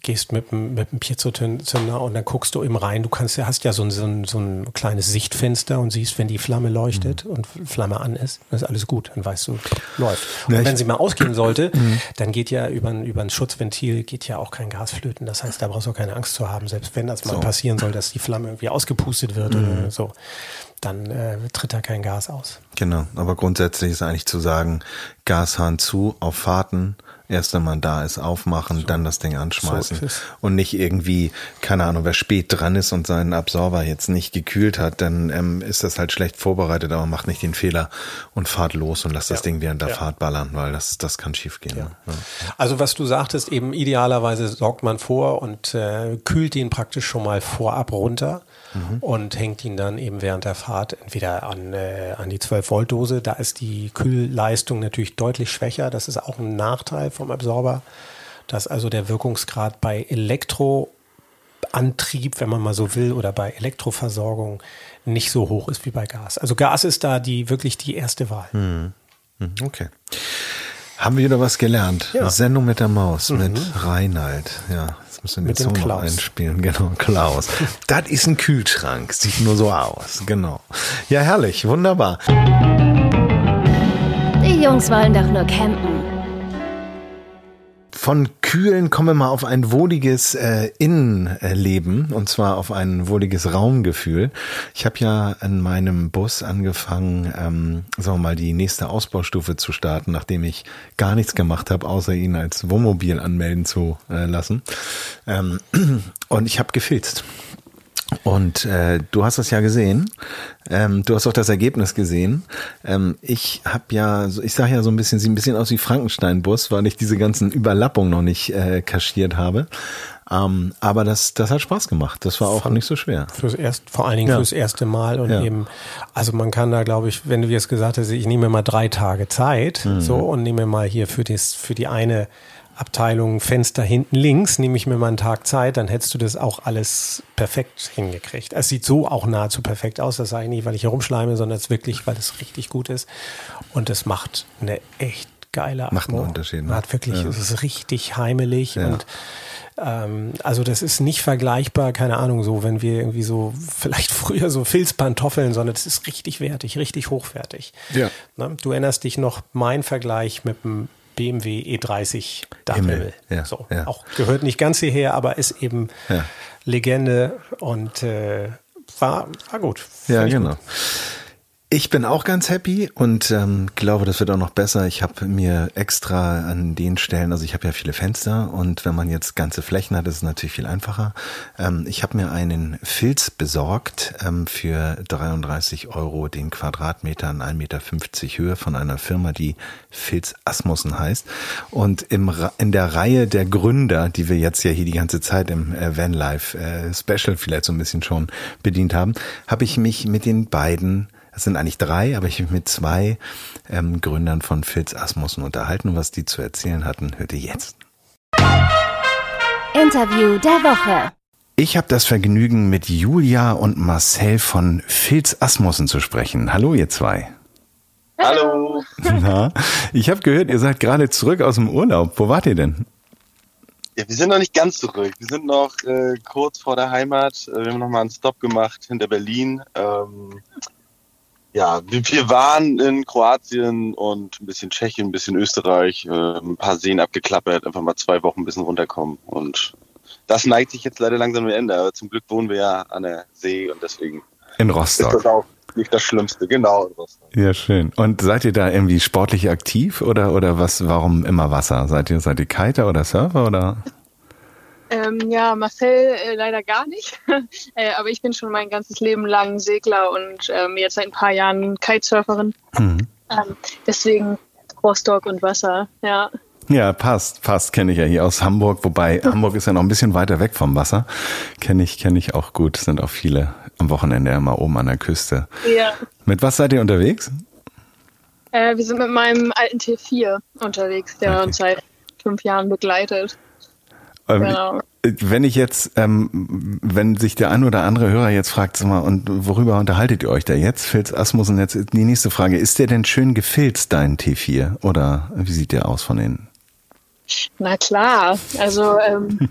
gehst mit dem mit dem Piezozünder und dann guckst du eben rein. Du kannst ja hast ja so ein, so ein, so ein kleines Sichtfenster und siehst, wenn die Flamme leuchtet mhm. und Flamme an ist, dann ist alles gut. Dann weißt du, läuft. Und ja, wenn sie mal ausgehen sollte, mhm. dann geht ja über ein, über ein Schutzventil geht ja auch kein Gas flöten. Das heißt, da brauchst du auch keine Angst zu haben, selbst wenn das mal so passieren soll, dass die Flamme irgendwie ausgepustet wird mhm. oder so. Dann äh, tritt da kein Gas aus. Genau, aber grundsätzlich ist eigentlich zu sagen, Gashahn zu, auf Fahrten, erst wenn man da ist, aufmachen, so. Dann das Ding anschmeißen so und nicht irgendwie, keine Ahnung, wer spät dran ist und seinen Absorber jetzt nicht gekühlt hat, dann ähm, ist das halt schlecht vorbereitet, aber macht nicht den Fehler und fahrt los und lasst ja. das Ding während der ja. Fahrt ballern, weil das das kann schief gehen. Ja. Ja. Also was du sagtest, eben idealerweise sorgt man vor und äh, kühlt ihn praktisch schon mal vorab runter. Mhm. Und hängt ihn dann eben während der Fahrt entweder an, äh, an die zwölf Volt Dose. Da ist die Kühlleistung natürlich deutlich schwächer. Das ist auch ein Nachteil vom Absorber, dass also der Wirkungsgrad bei Elektroantrieb, wenn man mal so will, oder bei Elektroversorgung nicht so hoch ist wie bei Gas. Also Gas ist da die wirklich die erste Wahl. Mhm. Okay. Haben wir wieder was gelernt? Ja. Sendung mit der Maus, mhm. mit Reinhard. Ja. Müssen wir mit dem Klaus einspielen, genau, Klaus. Das ist ein Kühlschrank, sieht nur so aus, genau. Ja, herrlich, wunderbar. Die Jungs wollen doch nur campen. Von Kühlen kommen wir mal auf ein wohliges äh, Innenleben und zwar auf ein wohliges Raumgefühl. Ich habe ja in meinem Bus angefangen, ähm, sagen wir mal, die nächste Ausbaustufe zu starten, nachdem ich gar nichts gemacht habe, außer ihn als Wohnmobil anmelden zu äh, lassen. Ähm, und ich habe gefilzt. Und äh, du hast das ja gesehen, ähm, du hast auch das Ergebnis gesehen. Ähm, ich habe ja, ich sage ja so ein bisschen, sieht ein bisschen aus wie Frankenstein-Bus, weil ich diese ganzen Überlappungen noch nicht äh, kaschiert habe. Ähm, aber das, das hat Spaß gemacht. Das war auch Fand nicht so schwer. Fürs erst, vor allen Dingen ja. fürs erste Mal und ja. eben, also man kann da, glaube ich, wenn du jetzt gesagt hast, ich nehme mal drei Tage Zeit, mhm. so und nehme mal hier für das, für die eine Abteilung Fenster hinten links, nehme ich mir mal einen Tag Zeit, dann hättest du das auch alles perfekt hingekriegt. Es sieht so auch nahezu perfekt aus, das sage ich nicht, weil ich herumschleime, sondern es wirklich, weil es richtig gut ist. Und es macht eine echt geile Atmung. Macht einen Unterschied. Ne? Hat wirklich, ja. Es ist richtig heimelig ja. und ähm, also das ist nicht vergleichbar, keine Ahnung, so wenn wir irgendwie so, vielleicht früher so Filzpantoffeln, sondern das ist richtig wertig, richtig hochwertig. Ja. Ne? Du erinnerst dich noch, mein Vergleich mit dem B M W E dreißig Dachhimmel. Ja, so, ja. Auch gehört nicht ganz hierher, aber ist eben ja. Legende und äh, war, war gut. Ja, genau. Gut. Ich bin auch ganz happy und ähm, glaube, das wird auch noch besser. Ich habe mir extra an den Stellen, also ich habe ja viele Fenster und wenn man jetzt ganze Flächen hat, ist es natürlich viel einfacher. Ähm, ich habe mir einen Filz besorgt ähm, für dreiunddreißig Euro den Quadratmeter in ein Meter fünfzig Höhe von einer Firma, die Filz Asmussen heißt. Und im in der Reihe der Gründer, die wir jetzt ja hier die ganze Zeit im äh, Vanlife äh, Special vielleicht so ein bisschen schon bedient haben, habe ich mich mit den beiden, es sind eigentlich drei, aber ich habe mich mit zwei ähm, Gründern von Filz Asmussen unterhalten und was die zu erzählen hatten, hört ihr jetzt. Interview der Woche. Ich habe das Vergnügen, mit Julia und Marcel von Filz Asmussen zu sprechen. Hallo ihr zwei. Hallo. Na, ich habe gehört, ihr seid gerade zurück aus dem Urlaub. Wo wart ihr denn? Ja, wir sind noch nicht ganz zurück. Wir sind noch äh, kurz vor der Heimat. Wir haben noch mal einen Stopp gemacht hinter Berlin. Ähm, Ja, wir waren in Kroatien und ein bisschen Tschechien, ein bisschen Österreich, ein paar Seen abgeklappert, einfach mal zwei Wochen ein bisschen runterkommen. Und das neigt sich jetzt leider langsam am Ende. Aber zum Glück wohnen wir ja an der See und deswegen in Rostock. Ist das auch nicht das Schlimmste, genau in Rostock. Ja, schön. Und seid ihr da irgendwie sportlich aktiv oder oder was? Warum immer Wasser? Seid ihr seid ihr Kiter oder Surfer oder? Ähm, ja, Marcel äh, leider gar nicht, äh, aber ich bin schon mein ganzes Leben lang Segler und ähm, jetzt seit ein paar Jahren Kitesurferin. Mhm. Ähm, deswegen Rostock und Wasser, ja. Ja, passt, passt, kenne ich ja hier aus Hamburg, wobei Hamburg ist ja noch ein bisschen weiter weg vom Wasser. Kenne ich, kenne ich auch gut, sind auch viele am Wochenende immer oben an der Küste. Ja. Mit was seid ihr unterwegs? Äh, wir sind mit meinem alten T vier unterwegs, der okay. uns seit fünf Jahren begleitet. Genau. Wenn ich jetzt, ähm, wenn sich der ein oder andere Hörer jetzt fragt, sag mal, und worüber unterhaltet ihr euch da jetzt? Filz Asmussen, jetzt die nächste Frage. Ist der denn schön gefilzt, dein T vier? Oder wie sieht der aus von innen? Na klar, also ähm,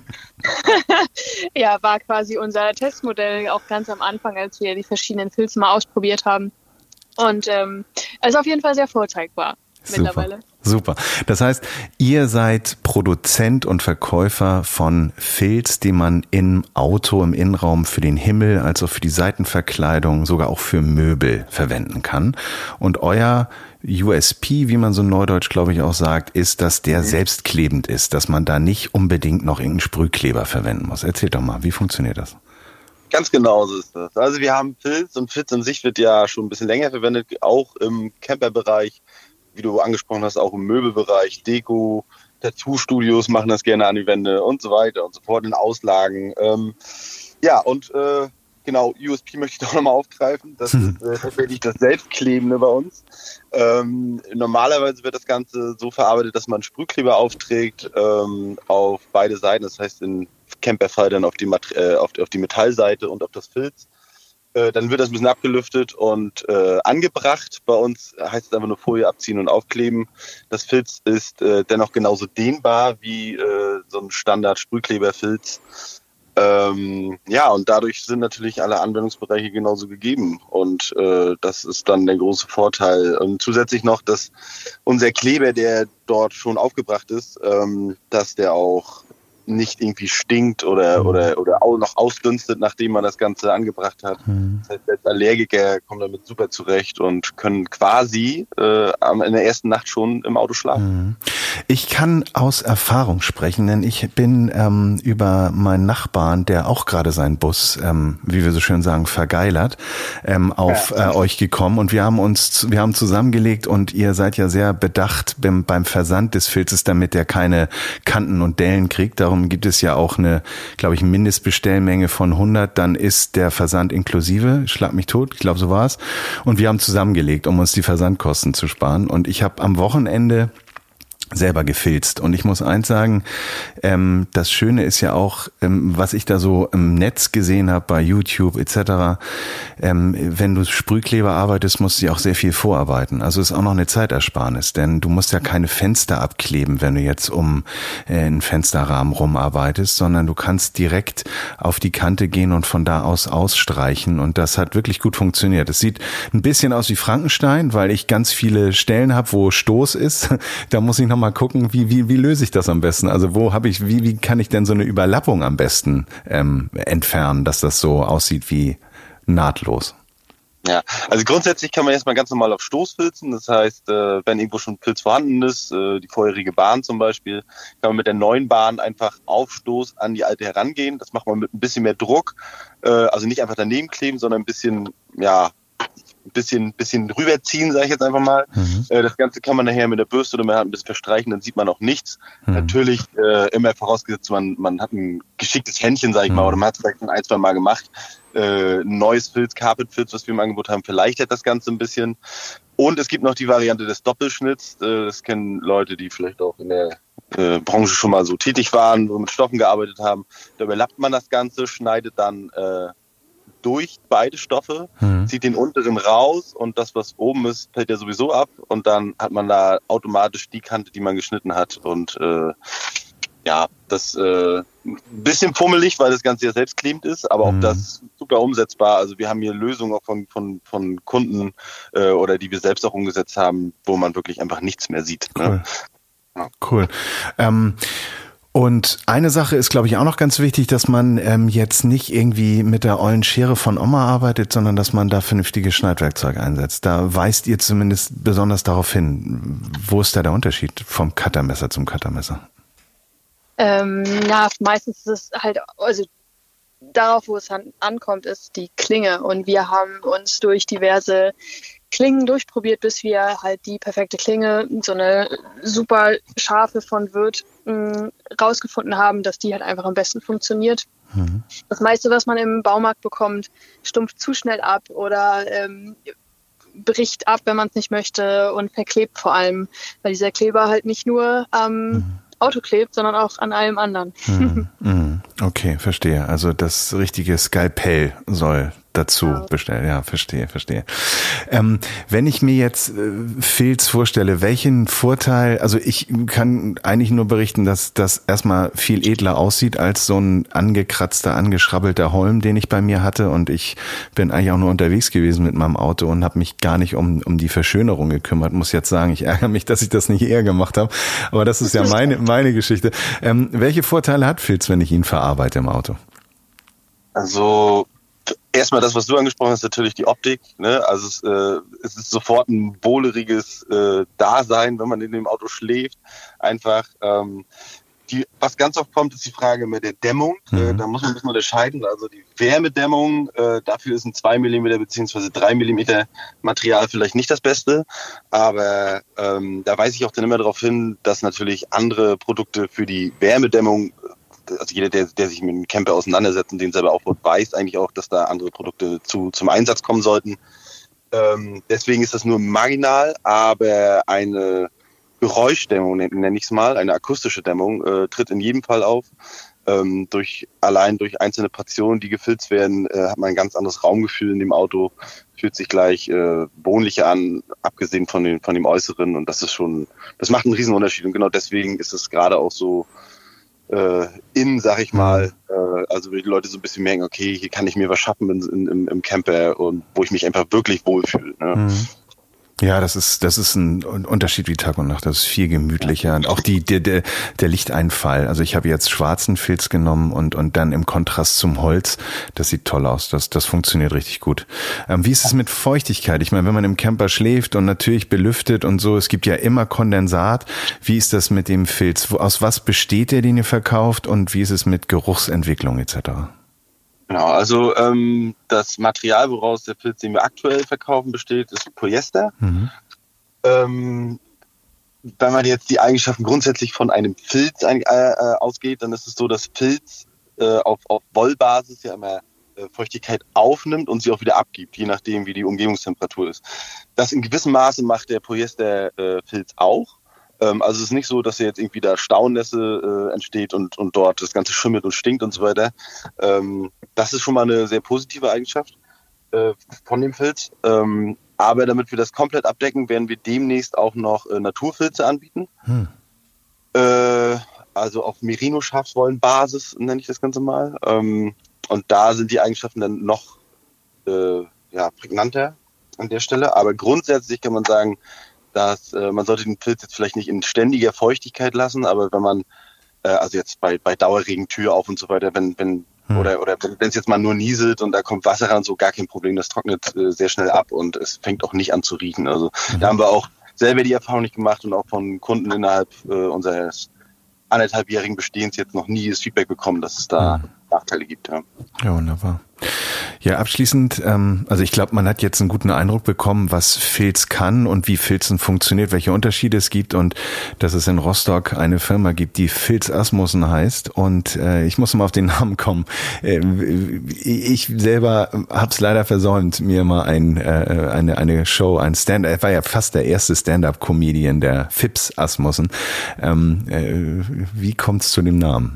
ja, war quasi unser Testmodell auch ganz am Anfang, als wir die verschiedenen Filze mal ausprobiert haben. Und ähm, ist auf jeden Fall sehr vorzeigbar mittlerweile. Super. Das heißt, ihr seid Produzent und Verkäufer von Filz, die man im Auto, im Innenraum für den Himmel, also für die Seitenverkleidung, sogar auch für Möbel verwenden kann. Und euer U S P, wie man so neudeutsch, glaube ich, auch sagt, ist, dass der selbstklebend ist, dass man da nicht unbedingt noch irgendeinen Sprühkleber verwenden muss. Erzählt doch mal, wie funktioniert das? Ganz genau so ist das. Also wir haben Filz und Filz an sich wird ja schon ein bisschen länger verwendet, auch im Camperbereich, wie du angesprochen hast, auch im Möbelbereich, Deko, Tattoo-Studios machen das gerne an die Wände und so weiter und so fort, in Auslagen. Ähm, ja, und äh, genau, U S P möchte ich doch nochmal aufgreifen. Das ist äh, tatsächlich das Selbstklebende bei uns. Ähm, normalerweise wird das Ganze so verarbeitet, dass man Sprühkleber aufträgt ähm, auf beide Seiten. Das heißt in Camperfall dann auf die, Mat- äh, auf, auf die Metallseite und auf das Filz. Äh, dann wird das ein bisschen abgelüftet und äh, angebracht. Bei uns heißt es einfach nur Folie abziehen und aufkleben. Das Filz ist äh, dennoch genauso dehnbar wie äh, so ein Standard-Sprühkleberfilz. Ähm, ja, und dadurch sind natürlich alle Anwendungsbereiche genauso gegeben. Und äh, das ist dann der große Vorteil. Und zusätzlich noch, dass unser Kleber, der dort schon aufgebracht ist, ähm, dass der auch nicht irgendwie stinkt oder oder oder auch noch ausdünstet, nachdem man das Ganze angebracht hat. Mhm. Das heißt, als Allergiker kommen damit super zurecht und können quasi äh, in der ersten Nacht schon im Auto schlafen. Mhm. Ich kann aus Erfahrung sprechen, denn ich bin ähm, über meinen Nachbarn, der auch gerade seinen Bus, ähm, wie wir so schön sagen, vergeilert, ähm, auf ja. äh, euch gekommen und wir haben uns, wir haben zusammengelegt und ihr seid ja sehr bedacht beim, beim Versand des Filzes, damit der keine Kanten und Dellen kriegt. Darum gibt es ja auch eine, glaube ich, Mindestbestellmenge von hundert, dann ist der Versand inklusive, schlag mich tot, ich glaube, so war es. Und wir haben zusammengelegt, um uns die Versandkosten zu sparen. Und ich habe am Wochenende selber gefilzt. Und ich muss eins sagen, ähm, das Schöne ist ja auch, ähm, was ich da so im Netz gesehen habe, bei YouTube et cetera, ähm, wenn du Sprühkleber arbeitest, musst du ja auch sehr viel vorarbeiten. Also ist auch noch eine Zeitersparnis, denn du musst ja keine Fenster abkleben, wenn du jetzt um äh, einen Fensterrahmen rumarbeitest, sondern du kannst direkt auf die Kante gehen und von da aus ausstreichen. Und das hat wirklich gut funktioniert. Es sieht ein bisschen aus wie Frankenstein, weil ich ganz viele Stellen habe, wo Stoß ist. Da muss ich noch mal gucken, wie, wie, wie löse ich das am besten? Also wo habe ich, wie, wie kann ich denn so eine Überlappung am besten ähm, entfernen, dass das so aussieht wie nahtlos? Ja, also grundsätzlich kann man erstmal ganz normal auf Stoß filzen. Das heißt, äh, wenn irgendwo schon Filz vorhanden ist, äh, die vorherige Bahn zum Beispiel, kann man mit der neuen Bahn einfach auf Stoß an die alte herangehen. Das macht man mit ein bisschen mehr Druck. Äh, also nicht einfach daneben kleben, sondern ein bisschen, ja, ein bisschen, bisschen rüberziehen, sage ich jetzt einfach mal. Mhm. Äh, das Ganze kann man nachher mit der Bürste oder man hat ein bisschen verstreichen, dann sieht man auch nichts. Mhm. Natürlich äh, immer vorausgesetzt, man, man hat ein geschicktes Händchen, sage ich mhm. mal, oder man hat es vielleicht schon ein, zwei Mal gemacht. Äh, ein neues Filz, Carpet Filz, was wir im Angebot haben, verleichtert das Ganze ein bisschen. Und es gibt noch die Variante des Doppelschnitts. Äh, das kennen Leute, die vielleicht auch in der äh, Branche schon mal so tätig waren, wo mit Stoffen gearbeitet haben. Da überlappt man das Ganze, schneidet dann äh, durch beide Stoffe, mhm. zieht den unteren raus und das, was oben ist, fällt ja sowieso ab und dann hat man da automatisch die Kante, die man geschnitten hat und äh, ja, das äh, ein bisschen fummelig, weil das Ganze ja selbstklebend ist, aber mhm. auch das super umsetzbar. Also wir haben hier Lösungen auch von, von, von Kunden äh, oder die wir selbst auch umgesetzt haben, wo man wirklich einfach nichts mehr sieht. Cool. Ne? Ja. Cool. Ähm, Und eine Sache ist, glaube ich, auch noch ganz wichtig, dass man ähm, jetzt nicht irgendwie mit der ollen Schere von Oma arbeitet, sondern dass man da vernünftiges Schneidwerkzeug einsetzt. Da weist ihr zumindest besonders darauf hin. Wo ist da der Unterschied vom Cuttermesser zum Cuttermesser? Ähm, ja, meistens ist es halt, also darauf, wo es an, ankommt, ist die Klinge. Und wir haben uns durch diverse Klingen durchprobiert, bis wir halt die perfekte Klinge, so eine super scharfe von Wirth, mh, rausgefunden haben, dass die halt einfach am besten funktioniert. Mhm. Das meiste, was man im Baumarkt bekommt, stumpft zu schnell ab oder ähm, bricht ab, wenn man es nicht möchte und verklebt vor allem, weil dieser Kleber halt nicht nur am ähm, mhm. Auto klebt, sondern auch an allem anderen. Mhm. Mhm. Okay, verstehe. Also das richtige Skalpell soll dazu Ja. bestellen. Ja, verstehe, verstehe. Ähm, wenn ich mir jetzt äh, Filz vorstelle, welchen Vorteil, also ich kann eigentlich nur berichten, dass das erstmal viel edler aussieht als so ein angekratzter, angeschrabbelter Holm, den ich bei mir hatte, und ich bin eigentlich auch nur unterwegs gewesen mit meinem Auto und habe mich gar nicht um um die Verschönerung gekümmert. Muss jetzt sagen, ich ärgere mich, dass ich das nicht eher gemacht habe, aber das ist ja meine meine Geschichte. Ähm, welche Vorteile hat Filz, wenn ich ihn verarbeite im Auto? Also erstmal das, was du angesprochen hast, natürlich die Optik. Ne? Also es, äh, es ist sofort ein wohleriges äh, Dasein, wenn man in dem Auto schläft. Einfach. Ähm, die, was ganz oft kommt, ist die Frage mit der Dämmung. Mhm. Äh, da muss man ein bisschen unterscheiden. Also die Wärmedämmung, äh, dafür ist ein zwei Millimeter bzw. drei Millimeter Material vielleicht nicht das Beste. Aber ähm, da weise ich auch dann immer darauf hin, dass natürlich andere Produkte für die Wärmedämmung, also jeder, der, der sich mit dem Camper auseinandersetzt und den selber aufbaut, weiß eigentlich auch, dass da andere Produkte zu, zum Einsatz kommen sollten. Ähm, deswegen ist das nur marginal, aber eine Geräuschdämmung, nenne ich es mal, eine akustische Dämmung, äh, tritt in jedem Fall auf. Ähm, durch, allein durch einzelne Portionen, die gefilzt werden, äh, hat man ein ganz anderes Raumgefühl in dem Auto, fühlt sich gleich äh, wohnlicher an, abgesehen von, den, von dem Äußeren, und das ist schon, das macht einen riesen Unterschied, und genau deswegen ist es gerade auch so äh, in, sag ich mal, äh, also wo die Leute so ein bisschen merken, okay, hier kann ich mir was schaffen in, in, im, im Camper, und wo ich mich einfach wirklich wohlfühle. Ne? Mhm. Ja, das ist das ist ein Unterschied wie Tag und Nacht. Das ist viel gemütlicher, und auch die der der, der Lichteinfall. Also ich habe jetzt schwarzen Filz genommen und und dann im Kontrast zum Holz. Das sieht toll aus. Das das funktioniert richtig gut. Ähm, wie ist es mit Feuchtigkeit? Ich meine, wenn man im Camper schläft und natürlich belüftet und so, es gibt ja immer Kondensat. Wie ist das mit dem Filz? Aus was besteht der, den ihr verkauft, und wie ist es mit Geruchsentwicklung et cetera? Genau, also ähm, das Material, woraus der Filz, den wir aktuell verkaufen, besteht, ist Polyester. Mhm. Ähm, wenn man jetzt die Eigenschaften grundsätzlich von einem Filz ein, äh, ausgeht, dann ist es so, dass Filz äh, auf, auf Wollbasis ja immer äh, Feuchtigkeit aufnimmt und sie auch wieder abgibt, je nachdem, wie die Umgebungstemperatur ist. Das in gewissem Maße macht der Polyester-Filz äh, auch. Also es ist nicht so, dass jetzt irgendwie da Staunässe äh, entsteht und, und dort das Ganze schimmelt und stinkt und so weiter. Ähm, das ist schon mal eine sehr positive Eigenschaft äh, von dem Filz. Ähm, aber damit wir das komplett abdecken, werden wir demnächst auch noch äh, Naturfilze anbieten. Hm. Äh, also auf Merino-Schafswollenbasis nenne ich das Ganze mal. Ähm, und da sind die Eigenschaften dann noch äh, ja, prägnanter an der Stelle. Aber grundsätzlich kann man sagen, dass äh, man sollte den Filz jetzt vielleicht nicht in ständiger Feuchtigkeit lassen, aber wenn man, äh, also jetzt bei, bei Dauerregen, Tür auf und so weiter, wenn, wenn, hm. oder, oder wenn es jetzt mal nur nieselt und da kommt Wasser ran, so gar kein Problem, das trocknet äh, sehr schnell ab und es fängt auch nicht an zu riechen. Also mhm. da haben wir auch selber die Erfahrung nicht gemacht und auch von Kunden innerhalb äh, unseres anderthalbjährigen Bestehens jetzt noch nie das Feedback bekommen, dass es da mhm. Nachteile gibt. Ja, ja, wunderbar. Ja, abschließend, ähm, also ich glaube, man hat jetzt einen guten Eindruck bekommen, was Filz kann und wie Filzen funktioniert, welche Unterschiede es gibt, und dass es in Rostock eine Firma gibt, die Filz Asmussen heißt, und äh, ich muss mal auf den Namen kommen. Äh, ich selber habe es leider versäumt, mir mal ein, äh, eine eine Show, ein Stand, er war ja fast der erste Stand-up-Comedian, der Fips Asmussen. Ähm, äh, wie kommt es zu dem Namen?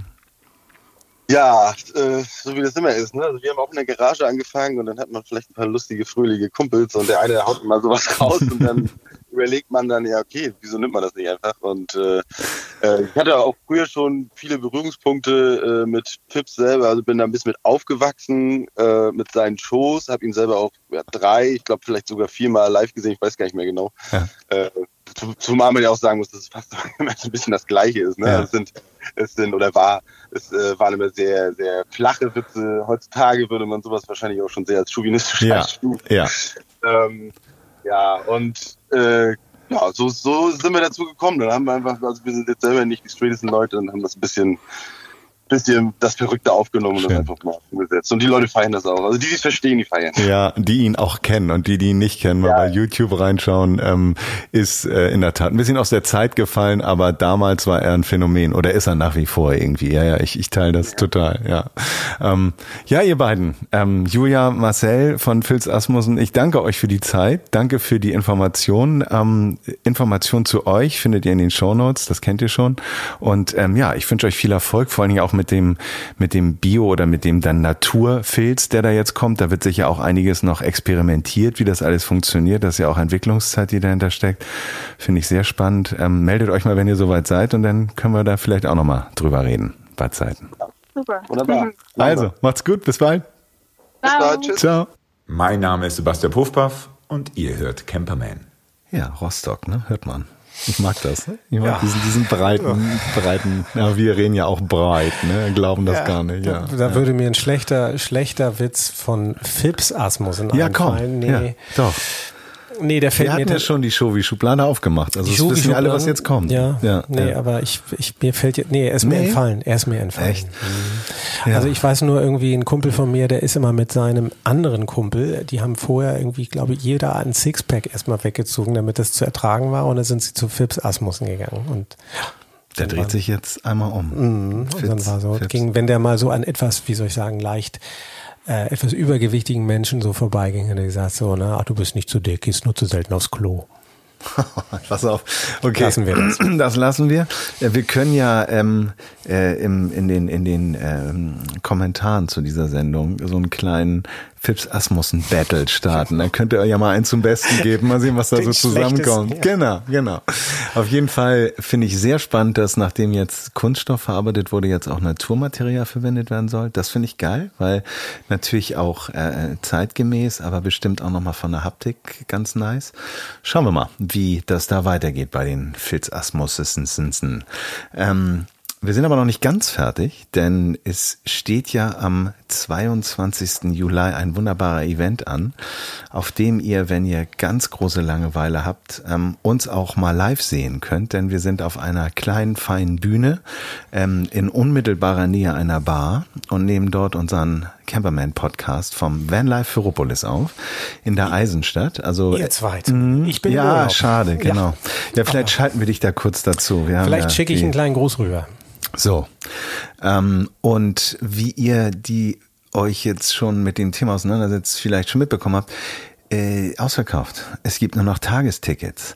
Ja, äh, so wie das immer ist. Ne? Also wir haben auch in der Garage angefangen und dann hat man vielleicht ein paar lustige, fröhliche Kumpels und der eine haut mal sowas raus und dann überlegt man dann, ja okay, wieso nimmt man das nicht einfach? Und äh, äh, ich hatte auch früher schon viele Berührungspunkte äh, mit Fips selber, also bin da ein bisschen mit aufgewachsen, äh, mit seinen Shows, habe ihn selber auch ja, drei, ich glaube vielleicht sogar viermal live gesehen, ich weiß gar nicht mehr genau. Ja. Äh, Zumal man ja auch sagen muss, dass es fast immer so ein bisschen das Gleiche ist. Ne? Ja. Es sind, es sind oder war, es äh, waren immer sehr, sehr flache Witze. Heutzutage würde man sowas wahrscheinlich auch schon sehr als chauvinistisch ja. einstufen. Ja. Ähm, ja, und äh, ja, so, so sind wir dazu gekommen. Dann haben wir einfach, also wir sind jetzt selber nicht die straighten Leute und haben das ein bisschen bisschen das Verrückte aufgenommen und Schön. Das einfach mal umgesetzt. Und die Leute feiern das auch. Also die, die es verstehen, die feiern. Ja, die ihn auch kennen und die, die ihn nicht kennen, mal ja. bei YouTube reinschauen, ähm, ist äh, in der Tat ein bisschen aus der Zeit gefallen, aber damals war er ein Phänomen oder ist er nach wie vor irgendwie. Ja, ja, ich, ich teile das ja. total, ja. Ähm, ja, ihr beiden, ähm, Julia, Marcel von Filz Asmussen, ich danke euch für die Zeit, danke für die Informationen. Ähm, Informationen zu euch findet ihr in den Shownotes, das kennt ihr schon. Und ähm, ja, ich wünsche euch viel Erfolg, vor allen Dingen auch mit dem, mit dem Bio oder mit dem dann Naturfilz, der da jetzt kommt. Da wird sicher auch einiges noch experimentiert, wie das alles funktioniert. Das ist ja auch Entwicklungszeit, die dahinter steckt. Finde ich sehr spannend. Ähm, meldet euch mal, wenn ihr soweit seid, und dann können wir da vielleicht auch nochmal drüber reden. Bei Zeiten. Super. Wunderbar. Also, macht's gut. Bis bald. Bis bald. Tschüss. Ciao. Mein Name ist Sebastian Puffpaff und ihr hört Camperman. Ja, Rostock, ne? Hört man. Ich mag das. Ne? Ich mag ja. diesen, diesen breiten, breiten, ja, wir reden ja auch breit, ne? Glauben das ja, gar nicht. Ja. Da, da ja. würde mir ein schlechter, schlechter Witz von Phipps Asmussen ja, einfallen. Komm. Nee. Ja, doch. Nee, der fällt wir mir hatten ja schon die Shovi-Schublade aufgemacht. Also das wissen ja alle, was jetzt kommt. Ja, ja nee, ja. aber ich, ich, mir fällt jetzt, nee, er ist nee. mir entfallen. Er ist mir entfallen. Echt? Mhm. Ja. Also ich weiß nur irgendwie, ein Kumpel von mir, der ist immer mit seinem anderen Kumpel, die haben vorher irgendwie, glaube ich, jeder ein Sixpack erstmal weggezogen, damit das zu ertragen war, und dann sind sie zu Phipps Asmussen gegangen. Und der dreht war, sich jetzt einmal um. Mhm. Und dann war so, ging, wenn der mal so an etwas, wie soll ich sagen, leicht Äh, etwas übergewichtigen Menschen so vorbeiging und er gesagt so, na, ach, du bist nicht zu dick, gehst nur zu selten aufs Klo. Pass auf. Okay. Lassen wir das. Das lassen wir. Wir können ja ähm, äh, im, in den, in den ähm, Kommentaren zu dieser Sendung so einen kleinen Phipps Asmussen Battle starten. Dann könnt ihr euch ja mal einen zum Besten geben, mal sehen, was da Den so zusammenkommt. Ja. Genau, genau. Auf jeden Fall finde ich sehr spannend, dass nachdem jetzt Kunststoff verarbeitet wurde, jetzt auch Naturmaterial verwendet werden soll. Das finde ich geil, weil natürlich auch äh, zeitgemäß, aber bestimmt auch nochmal von der Haptik ganz nice. Schauen wir mal, wie das da weitergeht bei den Phipps Asmussen. Ähm, Wir sind aber noch nicht ganz fertig, denn es steht ja am zweiundzwanzigsten Juli ein wunderbarer Event an, auf dem ihr, wenn ihr ganz große Langeweile habt, ähm, uns auch mal live sehen könnt, denn wir sind auf einer kleinen, feinen Bühne ähm, in unmittelbarer Nähe einer Bar und nehmen dort unseren Camperman-Podcast vom Vanlife Ferropolis auf, in der Eisenstadt. Also ihr zweit. Mh, ich bin Ja, Urlaub. schade, genau. Ja, ja vielleicht aber schalten wir dich da kurz dazu. Wir vielleicht ja schicke ich einen kleinen Gruß rüber. So, ähm, und wie ihr die euch jetzt schon mit dem Thema auseinandersetzt, vielleicht schon mitbekommen habt, äh, ausverkauft. Es gibt nur noch Tagestickets.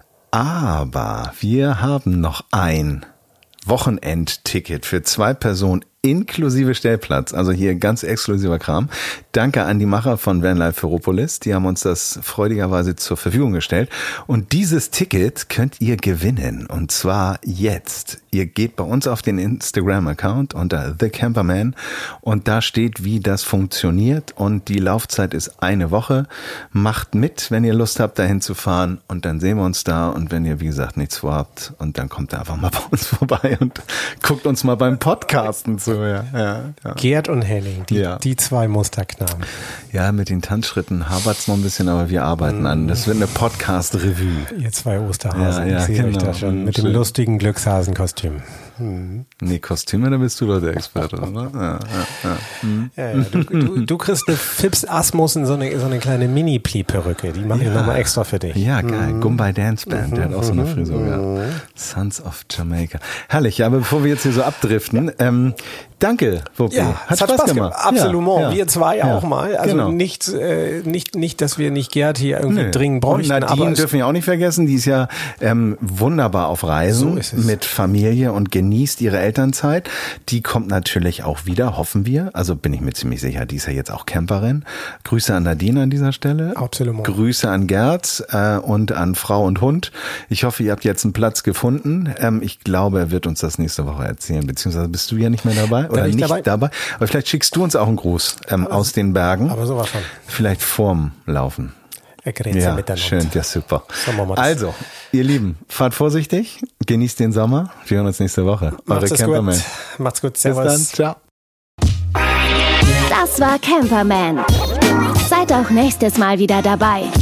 Aber wir haben noch ein Wochenendticket für zwei Personen inklusive Stellplatz, also hier ganz exklusiver Kram. Danke an die Macher von Vanlife Ferropolis, die haben uns das freudigerweise zur Verfügung gestellt. Und dieses Ticket könnt ihr gewinnen, und zwar jetzt. Ihr geht bei uns auf den Instagram-Account unter The Camperman und da steht, wie das funktioniert, und die Laufzeit ist eine Woche. Macht mit, wenn ihr Lust habt, dahin zu fahren, und dann sehen wir uns da, und wenn ihr, wie gesagt, nichts vorhabt, und dann kommt ihr einfach mal bei uns vorbei und guckt uns mal beim Podcasten zu. Ja, ja, ja. Gerd und Henning, die, ja. die zwei Musterknaben. Ja, mit den Tanzschritten habert's noch ein bisschen, aber wir arbeiten mm. an. Das wird eine Podcast-Revue. Ihr zwei Osterhasen, ja, ja, ich sehe genau. euch da schon mit dem Schön. lustigen Glückshasenkostüm. Hm. Nee, Kostüme, da bist du doch der Experte, oder? Ja, ja, ja. Hm. Ja, ja. Du, du, du kriegst eine Phipps Asmussen, so eine, so eine kleine Mini-Pli-Perücke, die mache ja. ich nochmal extra für dich. Ja, geil. Hm. Gumbay Dance Band, der hat auch so eine Frisur hm. gehabt. Sons of Jamaica. Herrlich, ja, aber bevor wir jetzt hier so abdriften, ja. ähm, danke, Wuppi. Ja, hat, hat Spaß, Spaß gemacht. Absolut, ja, ja. wir zwei ja. auch mal. Also genau. nicht, äh, nicht, nicht, dass wir nicht Gerd hier irgendwie Nö. dringend bräuchten. Und Nadine aber dürfen wir auch nicht vergessen, die ist ja ähm, wunderbar auf Reisen so mit Familie und genießt ihre Elternzeit. Die kommt natürlich auch wieder, hoffen wir. Also bin ich mir ziemlich sicher, die ist ja jetzt auch Camperin. Grüße an Nadine an dieser Stelle. Absolut. Grüße an Gerd äh, und an Frau und Hund. Ich hoffe, ihr habt jetzt einen Platz gefunden. Ähm, ich glaube, er wird uns das nächste Woche erzählen, beziehungsweise bist du ja nicht mehr dabei oder nicht dabei? dabei. Aber vielleicht schickst du uns auch einen Gruß ähm, aus den Bergen. Aber sowas von. Vielleicht vorm Laufen. Ja, schön, ja, super. Also, ihr Lieben, fahrt vorsichtig, genießt den Sommer. Wir hören uns nächste Woche. Macht's Eure Camperman. Gut. Macht's gut, servus. Bis dann, ciao. Das war Camperman. Seid auch nächstes Mal wieder dabei.